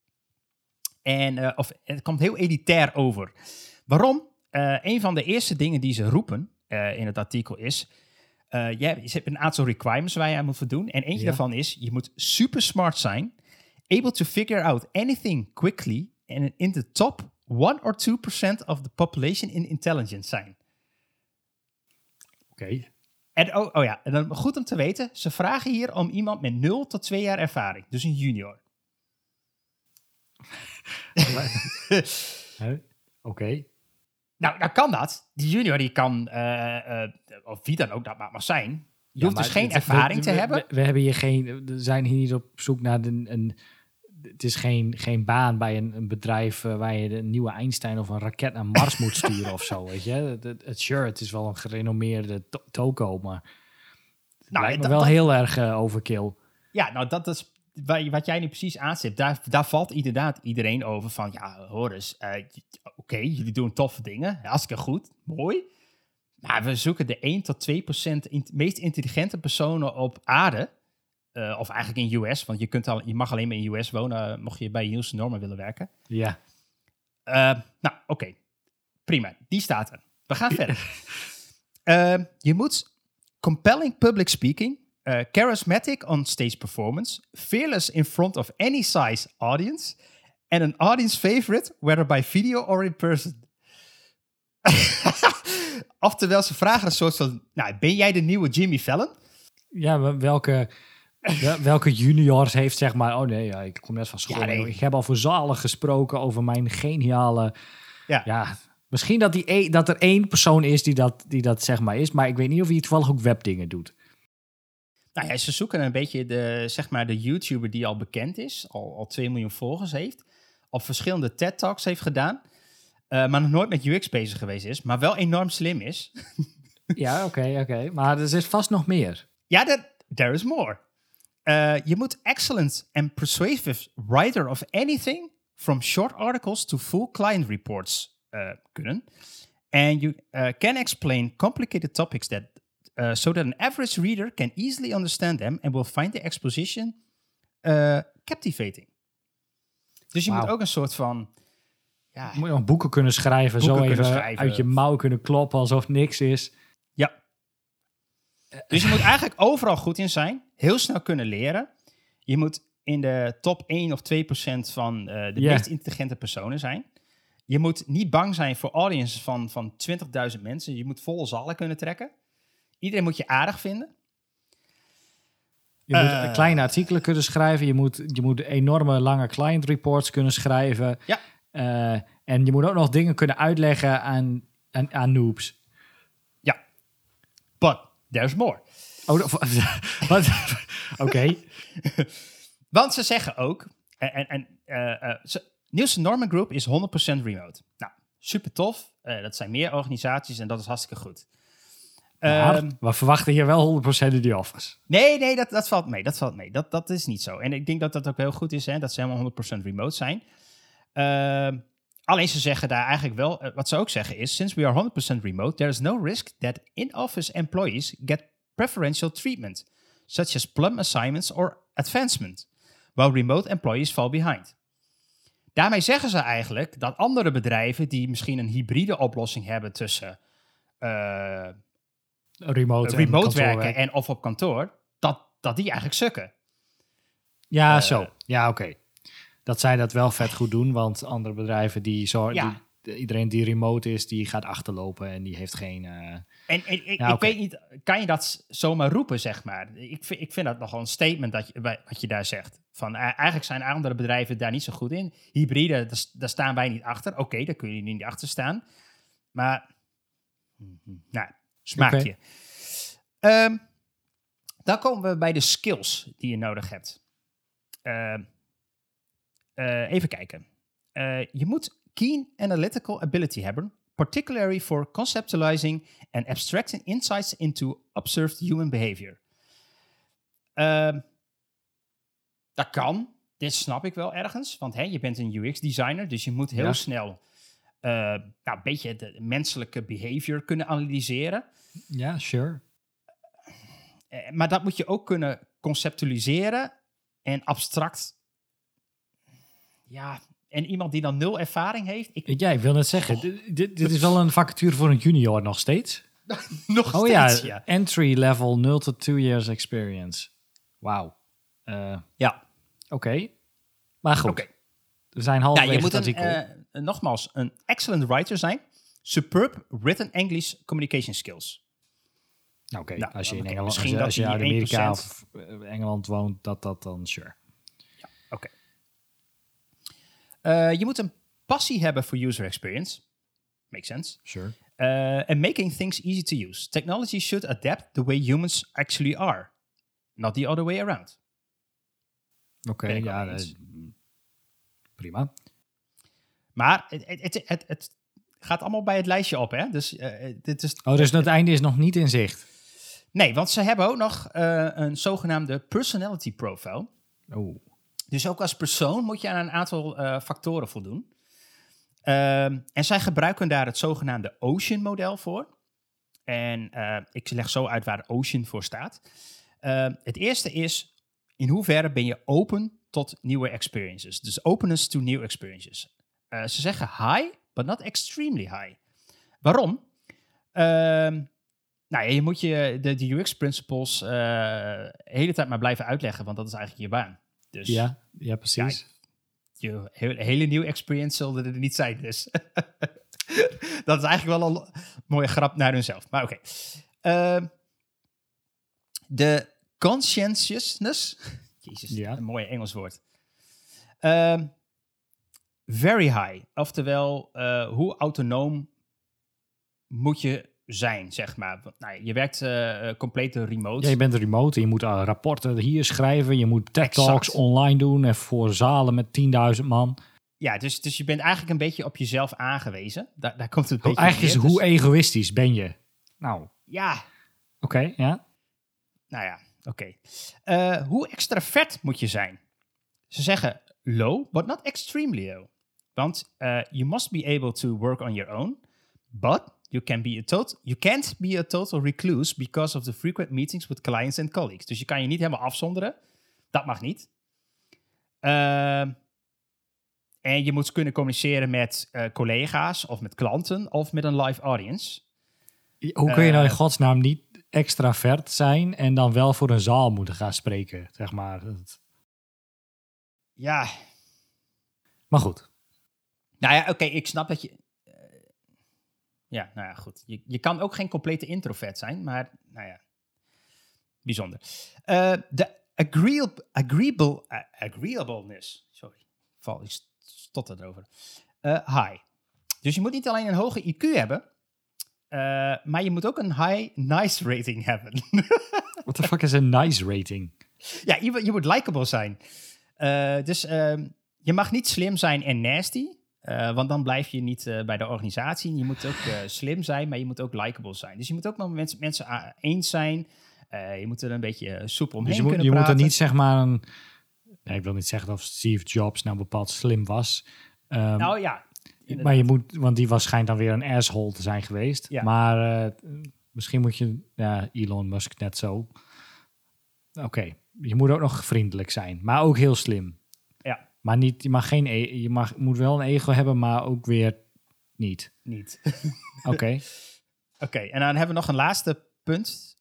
En of het komt heel elitair over. Waarom? Een van de eerste dingen die ze roepen in het artikel is... je hebt een aantal requirements waar je aan moet voldoen. En eentje daarvan is, je moet super smart zijn. Able to figure out anything quickly. En in the top 1 or 2% of the population in intelligence zijn. Oké. En en dan goed om te weten, ze vragen hier om iemand met 0 tot 2 jaar ervaring. Dus een junior. Oké. Nou kan dat. Die junior die kan, of wie dan ook dat mag zijn. Je hoeft dus geen ervaring te hebben. We hebben hier we zijn hier niet op zoek naar het is geen baan bij een bedrijf waar je de nieuwe Einstein of een raket naar Mars moet sturen of zo, weet je. Het is wel een gerenommeerde toko, maar het lijkt me wel heel erg overkill. Ja, nou dat is wat jij nu precies aanstipt, daar valt inderdaad iedereen over van, ja, hoor eens, oké, jullie doen toffe dingen, hartstikke goed, mooi. Maar we zoeken de 1 tot 2% meest intelligente personen op aarde. Of eigenlijk in US, want je mag alleen maar in US wonen, mocht je bij Nielsen Norman willen werken. Ja. Nou, oké. Prima, die staat er. We gaan verder. Je moet compelling public speaking, charismatic on stage performance, fearless in front of any size audience, and an audience favorite, whether by video or in person. Oftewel, ze vragen een soort van, nou, ben jij de nieuwe Jimmy Fallon? Ja, welke juniors heeft, zeg maar... Oh nee, ja, ik kom net van school. Ja, nee. Ik heb al voor zalen gesproken over mijn geniale... Ja, misschien dat er één persoon is die dat zeg maar is. Maar ik weet niet of hij toevallig ook webdingen doet. Nou ja, ze zoeken een beetje de YouTuber die al bekend is. Al 2 miljoen volgers heeft. Op verschillende TED-talks heeft gedaan. Maar nog nooit met UX bezig geweest is. Maar wel enorm slim is. Ja, oké. Maar er is vast nog meer. Ja, there is more. Je moet excellent and persuasive writer of anything, from short articles to full client reports kunnen. And you can explain complicated topics so that an average reader can easily understand them and will find the exposition captivating. Dus je moet ook een soort van... Ja, moet je nog boeken kunnen schrijven, uit je mouw kunnen kloppen alsof niks is. Ja. Dus je moet eigenlijk overal goed in zijn, heel snel kunnen leren. Je moet in de top 1 of 2% van de meest intelligente personen zijn. Je moet niet bang zijn voor audiences van 20.000 mensen. Je moet volle zalen kunnen trekken. Iedereen moet je aardig vinden. Je moet kleine artikelen kunnen schrijven. Je moet enorme lange client reports kunnen schrijven. Ja. En je moet ook nog dingen kunnen uitleggen aan noobs. Ja. But there's more. Wat? Oké. Want ze zeggen ook... Nielsen Norman Group is 100% remote. Nou, super tof. Dat zijn meer organisaties en dat is hartstikke goed. Maar we verwachten hier wel 100% in die office. Nee, dat valt mee. Dat is niet zo. En ik denk dat dat ook heel goed is, hè, dat ze helemaal 100% remote zijn. Alleen ze zeggen daar eigenlijk wel... wat ze ook zeggen is... Since we are 100% remote, there is no risk that in-office employees get preferential treatment, such as plum assignments or advancement, while remote employees fall behind. Daarmee zeggen ze eigenlijk dat andere bedrijven die misschien een hybride oplossing hebben tussen remote werken en of op kantoor, dat die eigenlijk sukken. Ja, zo. Ja, oké. Dat zij dat wel vet goed doen, want andere bedrijven iedereen die remote is, die gaat achterlopen en die heeft geen... Ik weet niet, kan je dat zomaar roepen, zeg maar? Ik vind dat nogal een statement wat je daar zegt. Van, eigenlijk zijn andere bedrijven daar niet zo goed in. Hybride, daar staan wij niet achter. Oké, daar kun je niet achter staan. Maar, nou, smaakje. Dan komen we bij de skills die je nodig hebt. Even kijken. Je moet keen analytical ability hebben, particularly for conceptualizing and abstracting insights into observed human behavior. Dat kan. Dit snap ik wel ergens. Want je bent een UX-designer, dus je moet heel snel een beetje de menselijke behavior kunnen analyseren. Ja, sure. Maar dat moet je ook kunnen conceptualiseren en abstract. Ja, en iemand die dan 0 ervaring heeft. Ik wil net zeggen, dit is wel een vacature voor een junior nog steeds. Nog steeds, ja. Entry level 0 tot 2 years experience. Wauw. Ja. Oké. Maar goed. We zijn halverwege het artikel. Nogmaals, een excellent writer zijn. Superb written English communication skills. Oké, als je in Engeland, als je uit Amerika of Engeland woont, dat dan sure. Ja, oké. Je moet een passie hebben voor user experience. Makes sense. Sure. And making things easy to use. Technology should adapt the way humans actually are. Not the other way around. Oké, prima. Maar het gaat allemaal bij het lijstje op, hè? Dus dit is... dus het einde is nog niet in zicht? Nee, want ze hebben ook nog een zogenaamde personality profile. Oh. Dus ook als persoon moet je aan een aantal factoren voldoen. En zij gebruiken daar het zogenaamde Ocean-model voor. En ik leg zo uit waar Ocean voor staat. Het eerste is, in hoeverre ben je open tot nieuwe experiences? Dus openness to new experiences. Ze zeggen high, but not extremely high. Waarom? Je moet de UX-principles de hele tijd maar blijven uitleggen, want dat is eigenlijk je baan. Dus, ja, precies. Je hele nieuwe experience zullen er niet zijn, dus. Dat is eigenlijk wel een mooie grap naar hunzelf. Maar oké. De conscientiousness. Jezus, een mooi Engels woord. Very high. Oftewel, hoe autonoom moet je zijn, zeg maar. Je werkt compleet remote. Ja, je bent remote en je moet rapporten hier schrijven. Je moet TED-talks online doen en voor zalen met 10.000 man. Ja, dus je bent eigenlijk een beetje op jezelf aangewezen. Daar komt het een beetje eigenlijk neer, is hoe egoïstisch ben je? Nou. Ja. Oké, ja. Nou ja, oké. Hoe extravert moet je zijn? Ze zeggen low, but not extremely low. Want you must be able to work on your own, but you can't be a total recluse because of the frequent meetings with clients and colleagues. Dus je kan je niet helemaal afzonderen. Dat mag niet. En je moet kunnen communiceren met collega's of met klanten of met een live audience. Hoe kun je nou in godsnaam niet extravert zijn en dan wel voor een zaal moeten gaan spreken, zeg maar. Ja. Maar goed. Nou ja, oké, ik snap dat je... goed. Je kan ook geen complete introvert zijn, maar bijzonder. De agreeableness. Sorry, ik stotter erover. High. Dus je moet niet alleen een hoge IQ hebben, maar je moet ook een high nice rating hebben. What the fuck is een nice rating? Ja, je moet likable zijn. Dus je mag niet slim zijn en nasty. Want dan blijf je niet bij de organisatie. Je moet ook slim zijn, maar je moet ook likable zijn. Dus je moet ook nog met mensen eens zijn. Je moet er een beetje soepel omheen kunnen praten. Je moet er niet zeg maar ik wil niet zeggen of Steve Jobs nou bepaald slim was. Nou ja. Inderdaad. Maar je moet, want die schijnt dan weer een asshole te zijn geweest. Ja. Maar misschien moet je, Elon Musk net zo. Oké, je moet ook nog vriendelijk zijn, maar ook heel slim. Ja. Maar niet, moet wel een ego hebben, maar ook weer niet. Oké. Oké, en dan hebben we nog een laatste punt.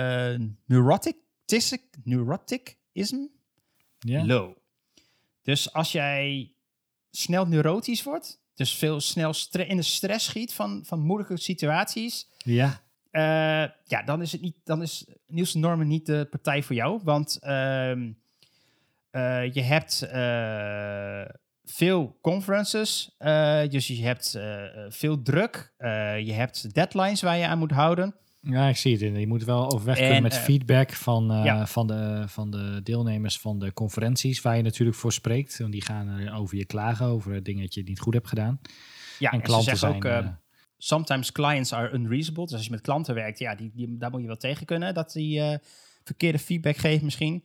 Neuroticism. Yeah. Low. Dus als jij snel neurotisch wordt, dus snel in de stress schiet van moeilijke situaties. Ja. Dan is Nielsen Norman niet de partij voor jou, want je hebt veel conferences, dus je hebt veel druk, je hebt deadlines waar je aan moet houden. Ja, ik zie het in. Je moet wel overweg kunnen met feedback van de deelnemers van de conferenties waar je natuurlijk voor spreekt. Want die gaan over je klagen, over dingen dat je niet goed hebt gedaan. Ja, en klanten zijn ook, sometimes clients are unreasonable. Dus als je met klanten werkt, daar moet je wel tegen kunnen dat die verkeerde feedback geven misschien.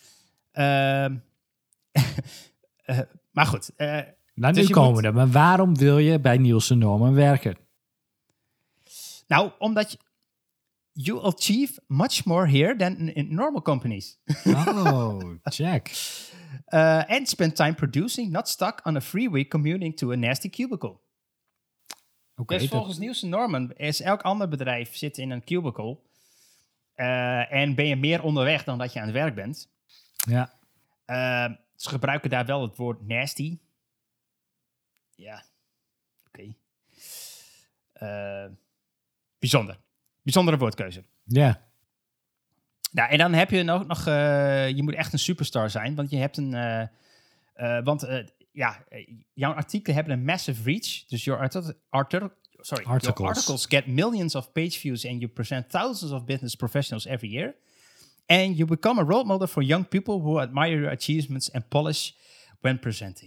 Maar goed. Nou, nu komen we er. Maar waarom wil je bij Nielsen Norman werken? Nou, omdat you achieve much more here than in normal companies. Oh, check. And spend time producing, not stuck on a free week commuting to a nasty cubicle. Okay, dus volgens Nielsen Norman is elk ander bedrijf zit in een cubicle. En ben je meer onderweg dan dat je aan het werk bent. Ja. Ze gebruiken daar wel het woord nasty. Ja. Oké. Bijzondere woordkeuze. Ja. Nou, en dan heb je nog je moet echt een superstar zijn, want je hebt jouw artikelen hebben een massive reach. Dus your articles get millions of page views and you present thousands of business professionals every year. And you become a role model for young people who admire your achievements and polish when presenting.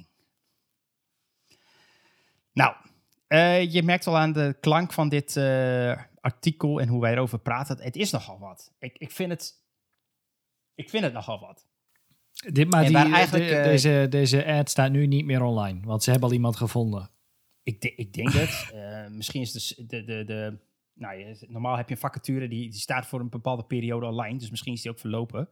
Nou, je merkt al aan de klank van dit artikel en hoe wij erover praten. Het is nogal wat. Ik vind het nogal wat. Deze ad staat nu niet meer online, want ze hebben al iemand gevonden. Ik denk het. Misschien is normaal heb je een vacature die staat voor een bepaalde periode online, dus misschien is die ook verlopen.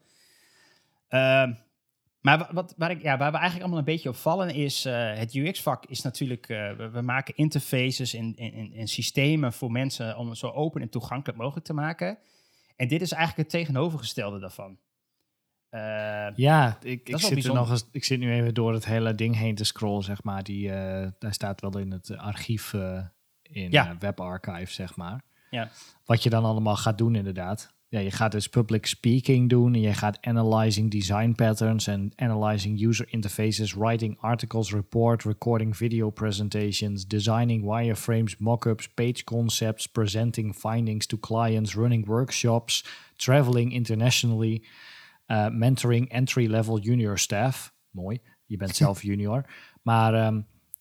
Maar waar we eigenlijk allemaal een beetje op vallen is, het UX-vak is natuurlijk, we maken interfaces en systemen voor mensen om het zo open en toegankelijk mogelijk te maken. En dit is eigenlijk het tegenovergestelde daarvan. Ik zit nu even door het hele ding heen te scrollen, zeg maar. Daar staat wel in het archief, WebArchive, zeg maar. Ja. Wat je dan allemaal gaat doen, inderdaad. Ja, je gaat dus public speaking doen en je gaat analyzing design patterns en analyzing user interfaces, writing articles, recording video presentations, designing wireframes, mockups, page concepts, presenting findings to clients, running workshops, traveling internationally, mentoring entry-level junior staff. Mooi, je bent zelf junior. Maar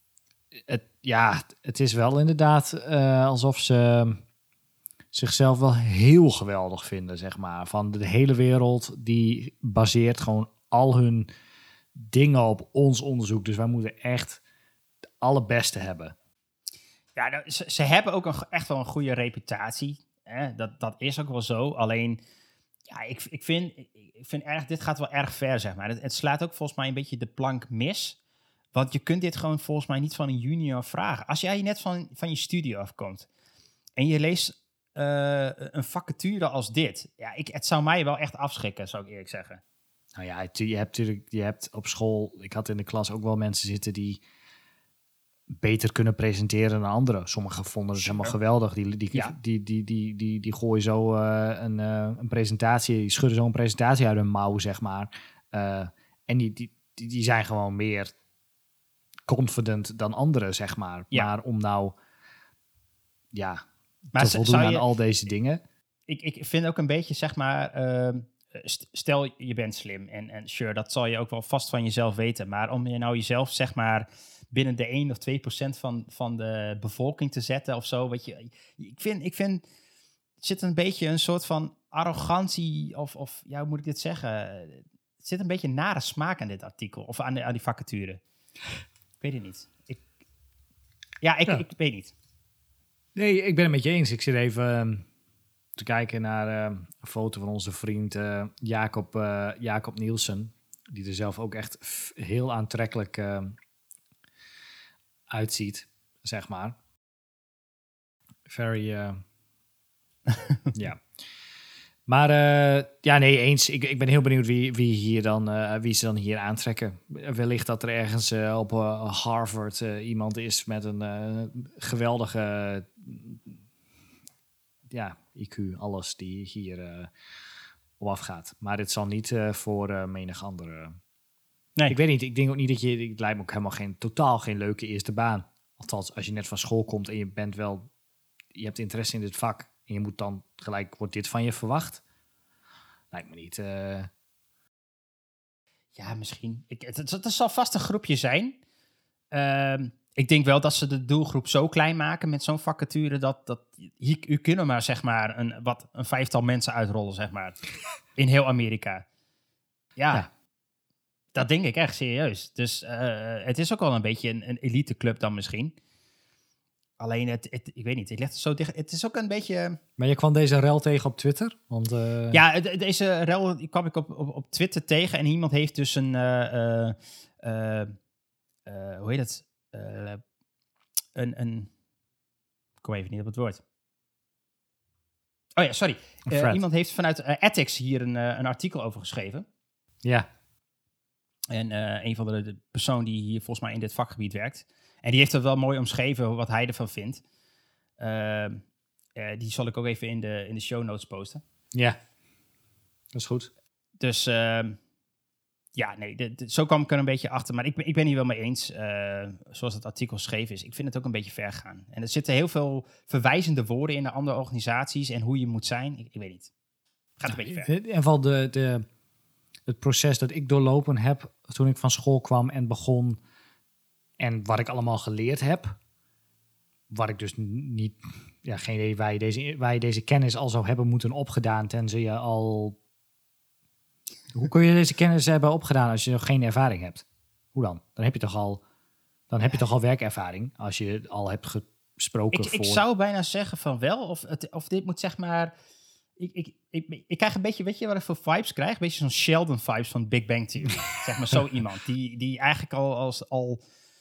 het is wel inderdaad alsof ze zichzelf wel heel geweldig vinden, zeg maar. Van de hele wereld, die baseert gewoon al hun dingen op ons onderzoek. Dus wij moeten echt de allerbeste hebben. Ja, ze hebben ook echt wel een goede reputatie. Hè? Dat is ook wel zo. Alleen, ja, ik vind erg, dit gaat wel erg ver, zeg maar. Het slaat ook volgens mij een beetje de plank mis. Want je kunt dit gewoon volgens mij niet van een junior vragen. Als jij net van je studie afkomt en je leest een vacature als dit. Ja, het zou mij wel echt afschrikken, zou ik eerlijk zeggen. Nou ja, je hebt op school, ik had in de klas ook wel mensen zitten die beter kunnen presenteren dan anderen. Sommigen vonden het helemaal geweldig. Die gooien zo een presentatie, die schudden zo een presentatie uit hun mouw, zeg maar. En die zijn gewoon meer confident dan anderen, zeg maar. Ja. Maar om nou te voldoen aan al deze dingen. Ik vind ook een beetje, zeg maar, stel je bent slim en sure, dat zal je ook wel vast van jezelf weten. Maar om je nou jezelf, zeg maar, binnen de 1 of 2% van de bevolking te zetten of zo, weet je, ik vind zit een beetje een soort van arrogantie of hoe moet ik dit zeggen? Het zit een beetje nare smaak aan dit artikel of aan die vacature. Ik weet het niet. Ik weet niet. Nee, ik ben het met je eens. Ik zit even te kijken naar een foto van onze vriend Jacob Nielsen. Die er zelf ook echt heel aantrekkelijk uitziet, zeg maar. Very, ja. Maar eens. Ik ben heel benieuwd wie ze dan hier aantrekken. Wellicht dat er ergens op Harvard iemand is met een geweldige IQ, alles die hier op afgaat. Maar dit zal niet voor menig andere. Nee. Ik weet niet. Ik denk ook niet dat het lijkt me ook helemaal totaal geen leuke eerste baan. Althans, als je net van school komt en je hebt interesse in dit vak. En je moet dan gelijk, wordt dit van je verwacht? Lijkt me niet. Ja, misschien. Het zal vast een groepje zijn. Ik denk wel dat ze de doelgroep zo klein maken met zo'n vacature dat u kunnen maar, zeg maar, een 5-tal mensen uitrollen, zeg maar. In heel Amerika. Ja. Dat denk ik echt serieus. Dus het is ook wel een beetje een eliteclub dan misschien. Alleen, ik weet niet, ik leg het zo dicht. Het is ook een beetje. Maar je kwam deze rel tegen op Twitter? Want, Ja, deze rel kwam ik op Twitter tegen. En iemand heeft dus een. Hoe heet het? Ik kom even niet op het woord. Oh ja, sorry. Iemand heeft vanuit Ethics hier een artikel over geschreven. Ja. En een van de personen die hier volgens mij in dit vakgebied werkt. En die heeft het wel mooi omschreven wat hij ervan vindt. Die zal ik ook even in de show notes posten. Ja, dat is goed. Dus zo kwam ik er een beetje achter. Maar ik ben hier wel mee eens, zoals het artikel geschreven is. Ik vind het ook een beetje ver gaan. En er zitten heel veel verwijzende woorden in de andere organisaties en hoe je moet zijn. Ik weet niet. Gaat een beetje ver. In ieder geval het proces dat ik doorlopen heb toen ik van school kwam en begon. En wat ik allemaal geleerd heb, waar ik dus geen idee waar je deze kennis al zou hebben moeten opgedaan, tenzij je al Hoe kun je deze kennis hebben opgedaan als je nog geen ervaring hebt? Hoe dan? Dan heb je toch al werkervaring als je al hebt gesproken voor... Ik zou bijna zeggen van wel, of dit moet zeg maar... Ik krijg een beetje, weet je wat ik voor vibes krijg? Een beetje zo'n Sheldon vibes van Big Bang Theory. Zeg maar zo iemand, die eigenlijk al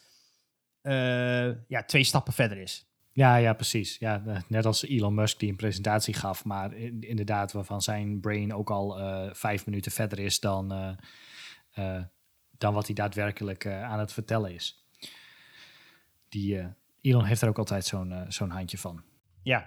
2 stappen verder is. Ja, precies. Ja, net als Elon Musk die een presentatie gaf, maar inderdaad waarvan zijn brain ook al 5 minuten verder is dan wat hij daadwerkelijk aan het vertellen is. Elon heeft er ook altijd zo'n handje van. Ja.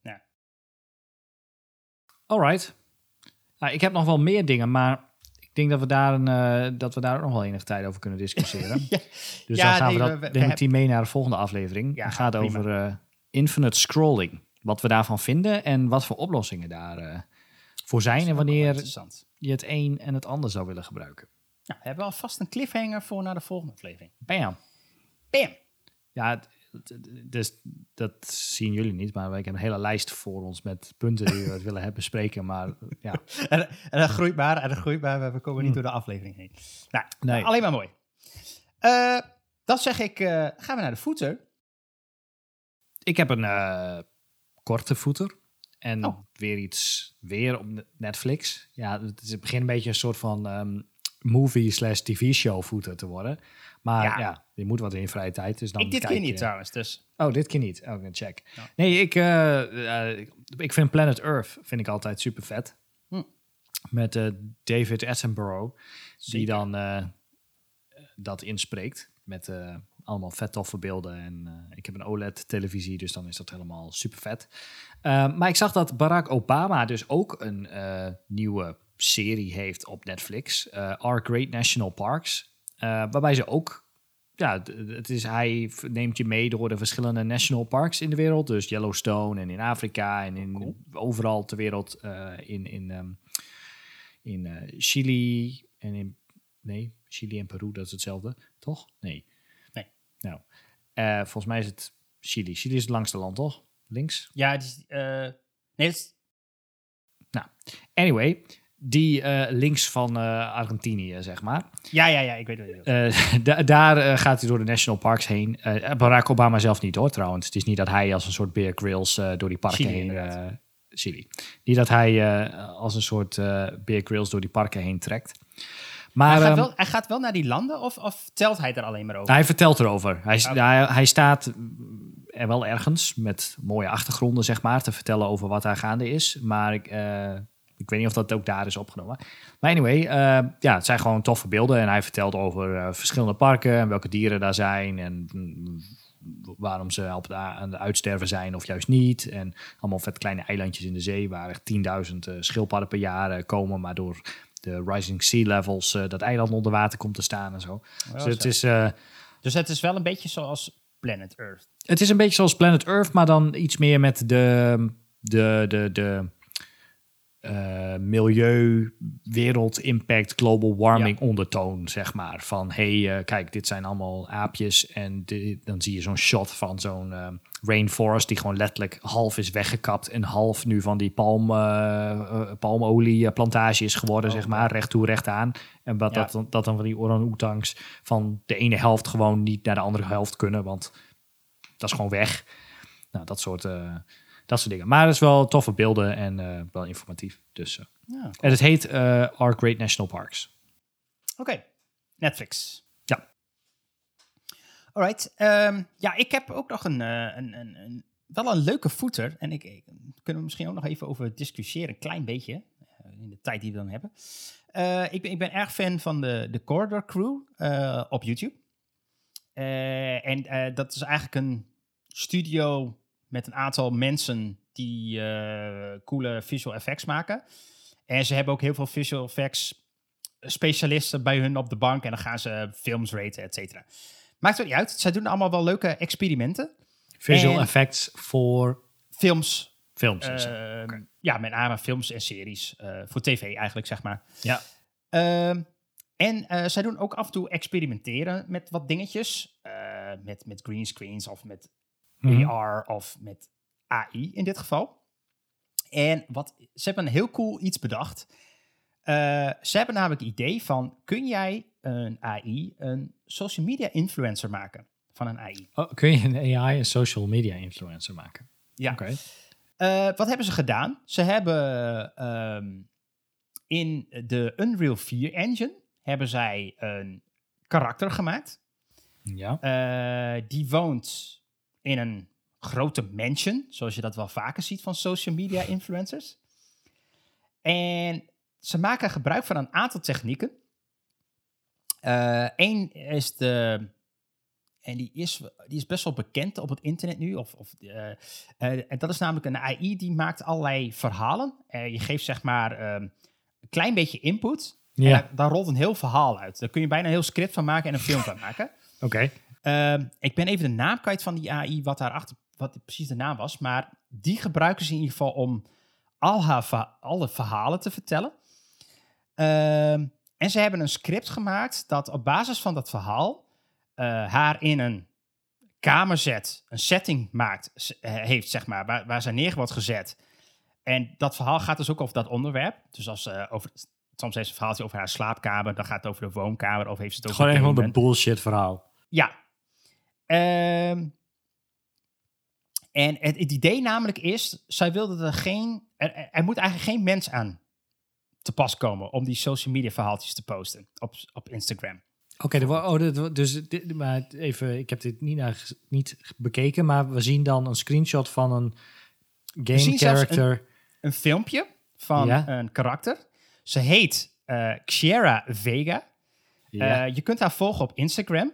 Alright. Nou, ik heb nog wel meer dingen, maar ik denk dat we daar ook nog wel enige tijd over kunnen discussiëren. Dus dan gaan we neem ik die mee naar de volgende aflevering. Ja, het gaat over infinite scrolling. Wat we daarvan vinden en wat voor oplossingen daar voor zijn. En wanneer je het een en het ander zou willen gebruiken. Nou, we hebben alvast een cliffhanger voor naar de volgende aflevering. Bam. Bam. Ja, dus dat zien jullie niet, maar ik heb een hele lijst voor ons met punten die we willen bespreken. Maar ja. en dat groeit maar, we komen niet door de aflevering heen. Nou, nee. Alleen maar mooi. Dan zeg ik, gaan we naar de footer. Ik heb een korte footer. En weer op Netflix. Ja, het begint een beetje een soort van movie/tv-show footer te worden. Maar ja, je moet wat in je vrije tijd. Dus dan ik dit keer niet trouwens. Dus. Oh, dit keer niet. Oh, check. Ja. Nee, ik vind Planet Earth vind ik altijd super vet. Met David Attenborough. Zeker. Die dan dat inspreekt. Met allemaal vet toffe beelden. En ik heb een OLED-televisie, dus dan is dat helemaal super vet. Maar ik zag dat Barack Obama dus ook een nieuwe serie heeft op Netflix. Our Great National Parks. Waarbij ze ook... Ja, hij neemt je mee door de verschillende national parks in de wereld. Dus Yellowstone en in Afrika en overal ter wereld. In Chili en Chili en Peru, dat is hetzelfde, toch? Nee. Nou, volgens mij is het Chili. Chili is het langste land, toch? Links? Ja, nee. Nou, anyway... Die links van Argentinië, zeg maar. Ja, ik weet het. Daar gaat hij door de national parks heen. Barack Obama zelf niet, hoor, trouwens. Het is niet dat hij als een soort Bear Grylls door die parken heen... Chili. Niet dat hij als een soort Bear Grylls door die parken heen trekt. Maar hij gaat wel naar die landen of vertelt hij er alleen maar over? Hij vertelt erover. Hij staat er wel ergens met mooie achtergronden, zeg maar, te vertellen over wat daar gaande is. Maar ik weet niet of dat ook daar is opgenomen. Maar anyway, het zijn gewoon toffe beelden. En hij vertelt over verschillende parken en welke dieren daar zijn. En waarom ze aan het uitsterven zijn of juist niet. En allemaal vet kleine eilandjes in de zee waar echt 10.000 schildpadden per jaar komen. Maar door de rising sea levels dat eiland onder water komt te staan en zo. Dus het is wel een beetje zoals Planet Earth. Het is een beetje zoals Planet Earth, maar dan iets meer met de milieu, wereld, impact, global warming ondertoon, zeg maar. Van, kijk, dit zijn allemaal aapjes en dan zie je zo'n shot van zo'n rainforest die gewoon letterlijk half is weggekapt en half nu van die palmolieplantage is geworden, zeg maar, recht toe, recht aan. En dat dan van die orang-oetangs van de ene helft gewoon niet naar de andere helft kunnen, want dat is gewoon weg. Nou, dat soort dingen. Maar het is wel toffe beelden en wel informatief. Dus, cool. En het heet Our Great National Parks. Oké. Netflix. Ja. Alright. Ik heb ook nog wel een leuke footer. En kunnen we misschien ook nog even over discussiëren. Een klein beetje. In de tijd die we dan hebben. Ik ben erg fan van de Corridor Crew op YouTube. En dat is eigenlijk een studio met een aantal mensen die coole visual effects maken. En ze hebben ook heel veel visual effects specialisten bij hun op de bank. En dan gaan ze films raten, et cetera. Maakt ook niet uit. Zij doen allemaal wel leuke experimenten. Visual effects voor... Films. Okay. Ja, met name films en series. Voor tv eigenlijk, zeg maar. Ja. Zij doen ook af en toe experimenteren met wat dingetjes. Met green screens of met AR of met AI in dit geval. En ze hebben een heel cool iets bedacht. Ze hebben namelijk het idee van, kun jij een AI een social media influencer maken van een AI? Oh, kun je een AI een social media influencer maken? Ja. Oké. Wat hebben ze gedaan? Ze hebben in de Unreal 4 engine hebben zij een karakter gemaakt. Ja. Die woont in een grote mansion, zoals je dat wel vaker ziet van social media influencers. En ze maken gebruik van een aantal technieken. Eén is en die is best wel bekend op het internet nu. En dat is namelijk een AI die maakt allerlei verhalen. Je geeft zeg maar een klein beetje input. Ja. En daar rolt een heel verhaal uit. Daar kun je bijna een heel script van maken en een film van maken. Oké. Ik ben even de naam kwijt van die AI, wat precies de naam was. Maar die gebruiken ze in ieder geval om alle verhalen te vertellen. En ze hebben een script gemaakt dat op basis van dat verhaal haar in een kamer zet, een setting heeft, zeg maar, waar ze neer wordt gezet. En dat verhaal gaat dus ook over dat onderwerp. Dus als soms heeft ze een verhaaltje over haar slaapkamer, dan gaat het over de woonkamer, of heeft ze het over Gewoon een van de bullshit verhaal. Ja. En het idee namelijk is, zij wilde er moet eigenlijk geen mens aan te pas komen om die social media verhaaltjes te posten op Instagram. Oké, maar even, ik heb dit niet bekeken, maar we zien dan een screenshot van een game character. Een filmpje van een karakter. Ze heet Xiera Vega. Ja. Je kunt haar volgen op Instagram.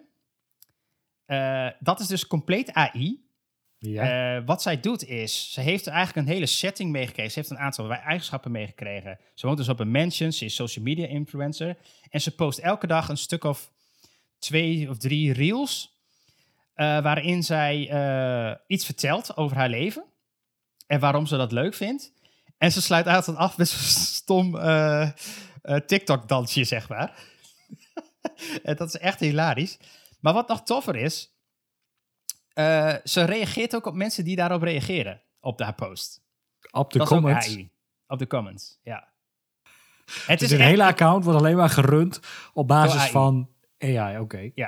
Dat is dus compleet AI. Ja. Wat zij doet is, ze heeft eigenlijk een hele setting meegekregen. Ze heeft een aantal eigenschappen meegekregen. Ze woont dus op een mansion, ze is social media influencer. En ze post elke dag een stuk of 2 of 3 reels. Waarin zij iets vertelt over haar leven. En waarom ze dat leuk vindt. En ze sluit altijd af met zo'n stom TikTok-dansje, zeg maar. En dat is echt hilarisch. Maar wat nog toffer is, ze reageert ook op mensen die daarop reageren, op haar post. Op de comments? AI. Op de comments, ja. Het is een hele account wordt alleen maar gerund op basis van AI, oké. Ja.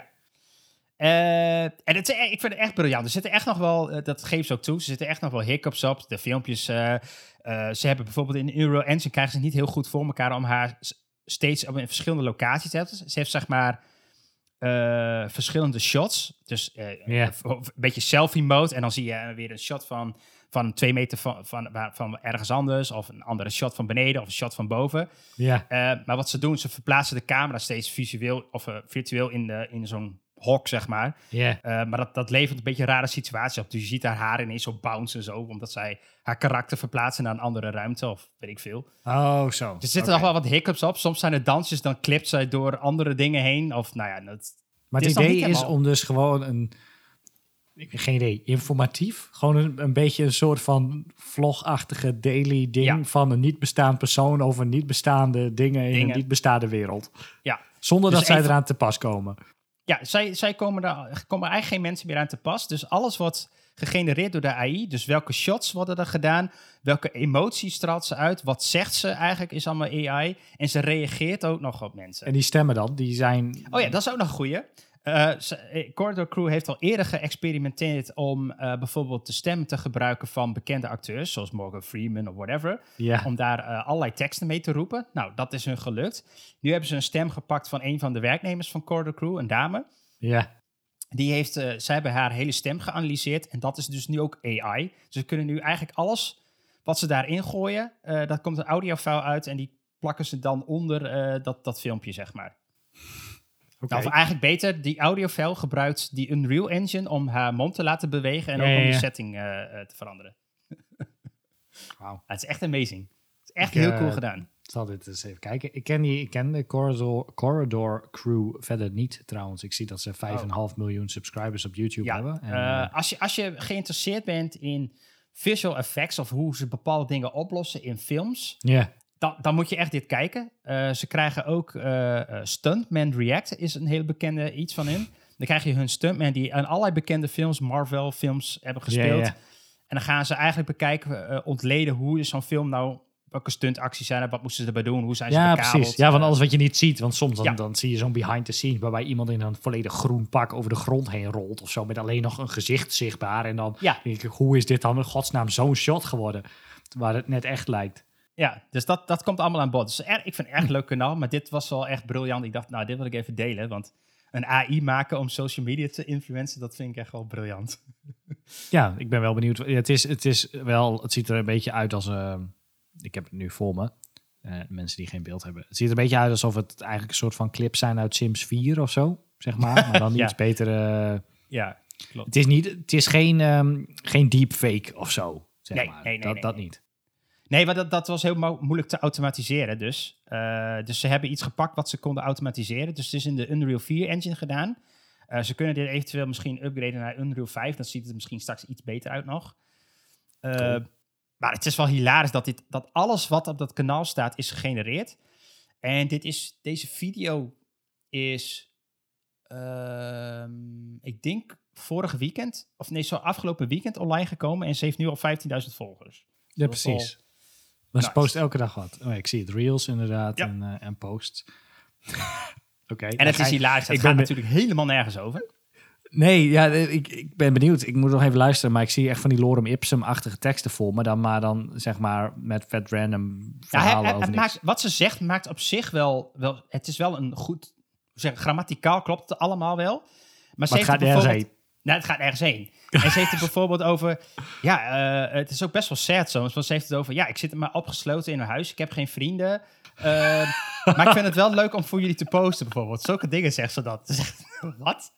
En ik vind het echt briljant. Er zitten echt nog wel, dat geeft ze ook toe, er zitten echt nog wel hiccups op. De filmpjes, ze hebben bijvoorbeeld in Unreal Engine krijgen ze niet heel goed voor elkaar om haar steeds op een verschillende locaties te hebben. Ze heeft zeg maar verschillende shots. Dus een beetje selfie mode. En dan zie je weer een shot van 2 meter van ergens anders. Of een andere shot van beneden. Of een shot van boven. Ja. Maar wat ze doen, ze verplaatsen de camera steeds visueel of virtueel in zo'n hok, zeg maar. Yeah. Maar dat levert een beetje een rare situatie op. Dus je ziet haar haar ineens zo bounce en zo. Omdat zij haar karakter verplaatsen naar een andere ruimte. Of weet ik veel. Oh, zo. Er zitten nog wel wat hiccups op. Soms zijn er dansjes, dan klipt zij door andere dingen heen. Of nou ja, maar het idee is om dus gewoon ik heb geen idee, informatief. Gewoon een beetje een soort van vlogachtige daily ding van een niet bestaand persoon over niet bestaande dingen in een niet bestaande wereld. Ja. Zonder dus dat zij eraan te pas komen. Ja, zij komen eigenlijk geen mensen meer aan te pas. Dus alles wordt gegenereerd door de AI. Dus welke shots worden er gedaan? Welke emoties straalt ze uit? Wat zegt ze eigenlijk? Is allemaal AI. En ze reageert ook nog op mensen. En die stemmen dan, die zijn... Oh ja, dat is ook nog een goeie. Corridor Crew heeft al eerder geëxperimenteerd om bijvoorbeeld de stem te gebruiken van bekende acteurs, zoals Morgan Freeman of whatever. Ja. Om daar allerlei teksten mee te roepen. Nou, dat is hun gelukt. Nu hebben ze een stem gepakt van een van de werknemers van Corridor Crew, een dame. Ja. Zij hebben haar hele stem geanalyseerd en dat is dus nu ook AI. Ze kunnen nu eigenlijk alles wat ze daarin gooien, daar komt een audiofile uit en die plakken ze dan onder dat filmpje, zeg maar. Okay. Nou, of eigenlijk beter, die audiofile gebruikt die Unreal Engine om haar mond te laten bewegen en ook om de setting te veranderen. Wow. Het is echt amazing. Het is echt heel cool gedaan. Ik zal dit eens even kijken. Ik ken de Corridor Crew verder niet trouwens. Ik zie dat ze 5,5 miljoen subscribers op YouTube hebben. En, als je geïnteresseerd bent in visual effects of hoe ze bepaalde dingen oplossen in films, dan moet je echt dit kijken. Ze krijgen ook Stuntman React, is een hele bekende iets van hun. Dan krijg je hun stuntman die aan allerlei bekende films, Marvel films, hebben gespeeld. En dan gaan ze eigenlijk bekijken, ontleden hoe is zo'n film nou welke stuntacties zijn er, wat moesten ze erbij doen, hoe zijn ze bekabeld. Precies. Ja, van alles wat je niet ziet. Want soms dan zie je zo'n behind the scenes waarbij iemand in een volledig groen pak over de grond heen rolt of zo, met alleen nog een gezicht zichtbaar. En dan denk ik, hoe is dit dan in godsnaam zo'n shot geworden? Waar het net echt lijkt. Ja, dus dat komt allemaal aan bod. Dus ik vind het echt een leuk kanaal, maar dit was wel echt briljant. Ik dacht, nou, dit wil ik even delen, want een AI maken om social media te influencen, dat vind ik echt wel briljant. Ja, ik ben wel benieuwd. Het ziet er een beetje uit als... ik heb het nu voor me. Mensen die geen beeld hebben. Het ziet er een beetje uit alsof het eigenlijk een soort van clips zijn uit Sims 4 of zo, zeg maar. Maar dan iets beter... ja, klopt. Het is geen deepfake of zo, zeg maar. Nee. Dat niet. Nee, maar dat was heel moeilijk te automatiseren. Dus ze hebben iets gepakt wat ze konden automatiseren. Dus het is in de Unreal 4 engine gedaan. Ze kunnen dit eventueel misschien upgraden naar Unreal 5. Dan ziet het er misschien straks iets beter uit nog. Cool. Maar het is wel hilarisch dat alles wat op dat kanaal staat is gegenereerd. En deze video is, ik denk vorige weekend, afgelopen weekend online gekomen. En ze heeft nu al 15.000 volgers. Ja, precies. Maar ze post elke dag wat. Oh, ik zie het. Reels inderdaad en posts. Oké. En het is hilarisch. Het gaat natuurlijk helemaal nergens over. Nee, ja, ik ben benieuwd. Ik moet nog even luisteren, maar ik zie echt van die lorem ipsum-achtige teksten voor me. Maar dan zeg maar met vet random verhalen over niks. Wat ze zegt maakt op zich wel... Het is wel een goed... grammaticaal klopt het allemaal wel. Maar het gaat nergens heen. Nou, het gaat ergens heen. En ze heeft het bijvoorbeeld over... het is ook best wel sad soms. Want ze heeft het over... Ja, ik zit maar opgesloten in een huis. Ik heb geen vrienden. Maar ik vind het wel leuk om voor jullie te posten bijvoorbeeld. Zulke dingen zegt ze dat. Wat?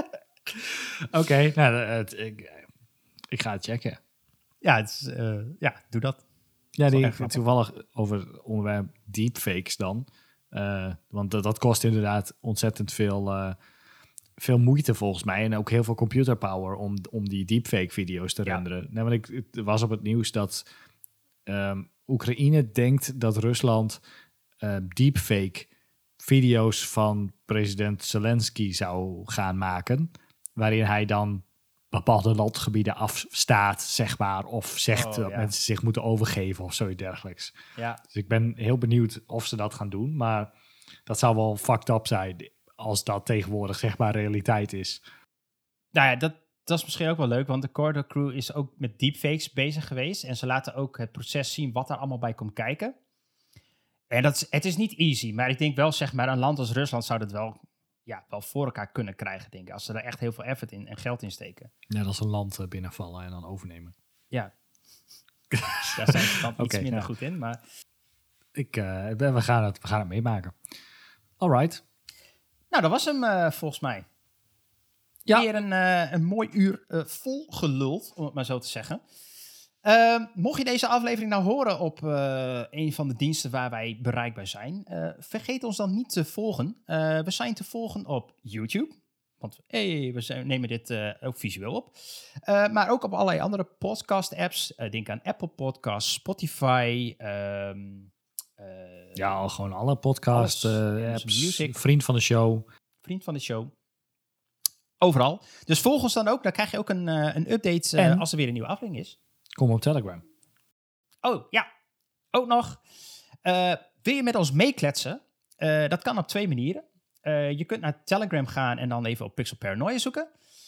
Oké, nou, ik ga het checken. Ja, doe dat. Ja, toevallig over het onderwerp deepfakes dan. Want dat kost inderdaad ontzettend veel moeite volgens mij. En ook heel veel computerpower om die deepfake video's te renderen. Nee, want het was op het nieuws dat Oekraïne denkt dat Rusland deepfake video's van president Zelensky zou gaan maken, waarin hij dan bepaalde landgebieden afstaat, zeg maar, of zegt dat mensen zich moeten overgeven of zoiets dergelijks. Ja. Dus ik ben heel benieuwd of ze dat gaan doen, maar dat zou wel fucked up zijn als dat tegenwoordig, zeg maar, realiteit is. Nou ja, dat is misschien ook wel leuk, want de Corridor Crew is ook met deepfakes bezig geweest en ze laten ook het proces zien wat daar allemaal bij komt kijken. En het is niet easy, maar ik denk wel, zeg maar, een land als Rusland zou dat wel voor elkaar kunnen krijgen, denk ik. Als ze er echt heel veel effort in en geld in steken. Net als een land binnenvallen en dan overnemen. Ja. Daar zijn ze dan iets minder goed in, maar... We gaan het meemaken. Alright. Nou, dat was hem volgens mij. Ja. Weer een mooi uur vol geluld, om het maar zo te zeggen. Mocht je deze aflevering nou horen op een van de diensten waar wij bereikbaar zijn, vergeet ons dan niet te volgen. We zijn te volgen op YouTube, want nemen dit ook visueel op. Maar ook op allerlei andere podcast-apps. Denk aan Apple Podcasts, Spotify. Gewoon alle podcast-apps. Music. Vriend van de show. Overal. Dus volg ons dan ook. Dan krijg je ook een update als er weer een nieuwe aflevering is. Kom op Telegram. Oh, ja. Ook nog. Wil je met ons meekletsen? Dat kan op 2 manieren. Je kunt naar Telegram gaan en dan even op Pixel Paranoia zoeken.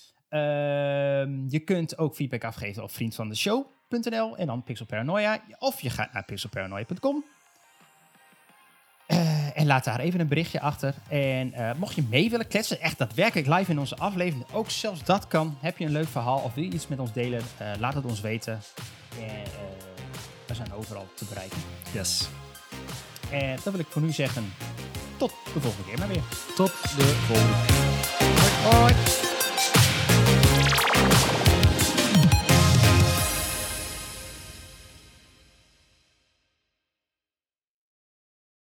Je kunt ook feedback afgeven op vriendvandeshow.nl en dan Pixel Paranoia. Of je gaat naar pixelparanoia.com. En laat daar even een berichtje achter. En mocht je mee willen kletsen, echt daadwerkelijk live in onze aflevering, ook zelfs dat kan. Heb je een leuk verhaal of wil je iets met ons delen, laat het ons weten. En we zijn overal te bereiken. Yes. En dan wil ik voor nu zeggen, tot de volgende keer maar weer. Tot de volgende keer. Hoi.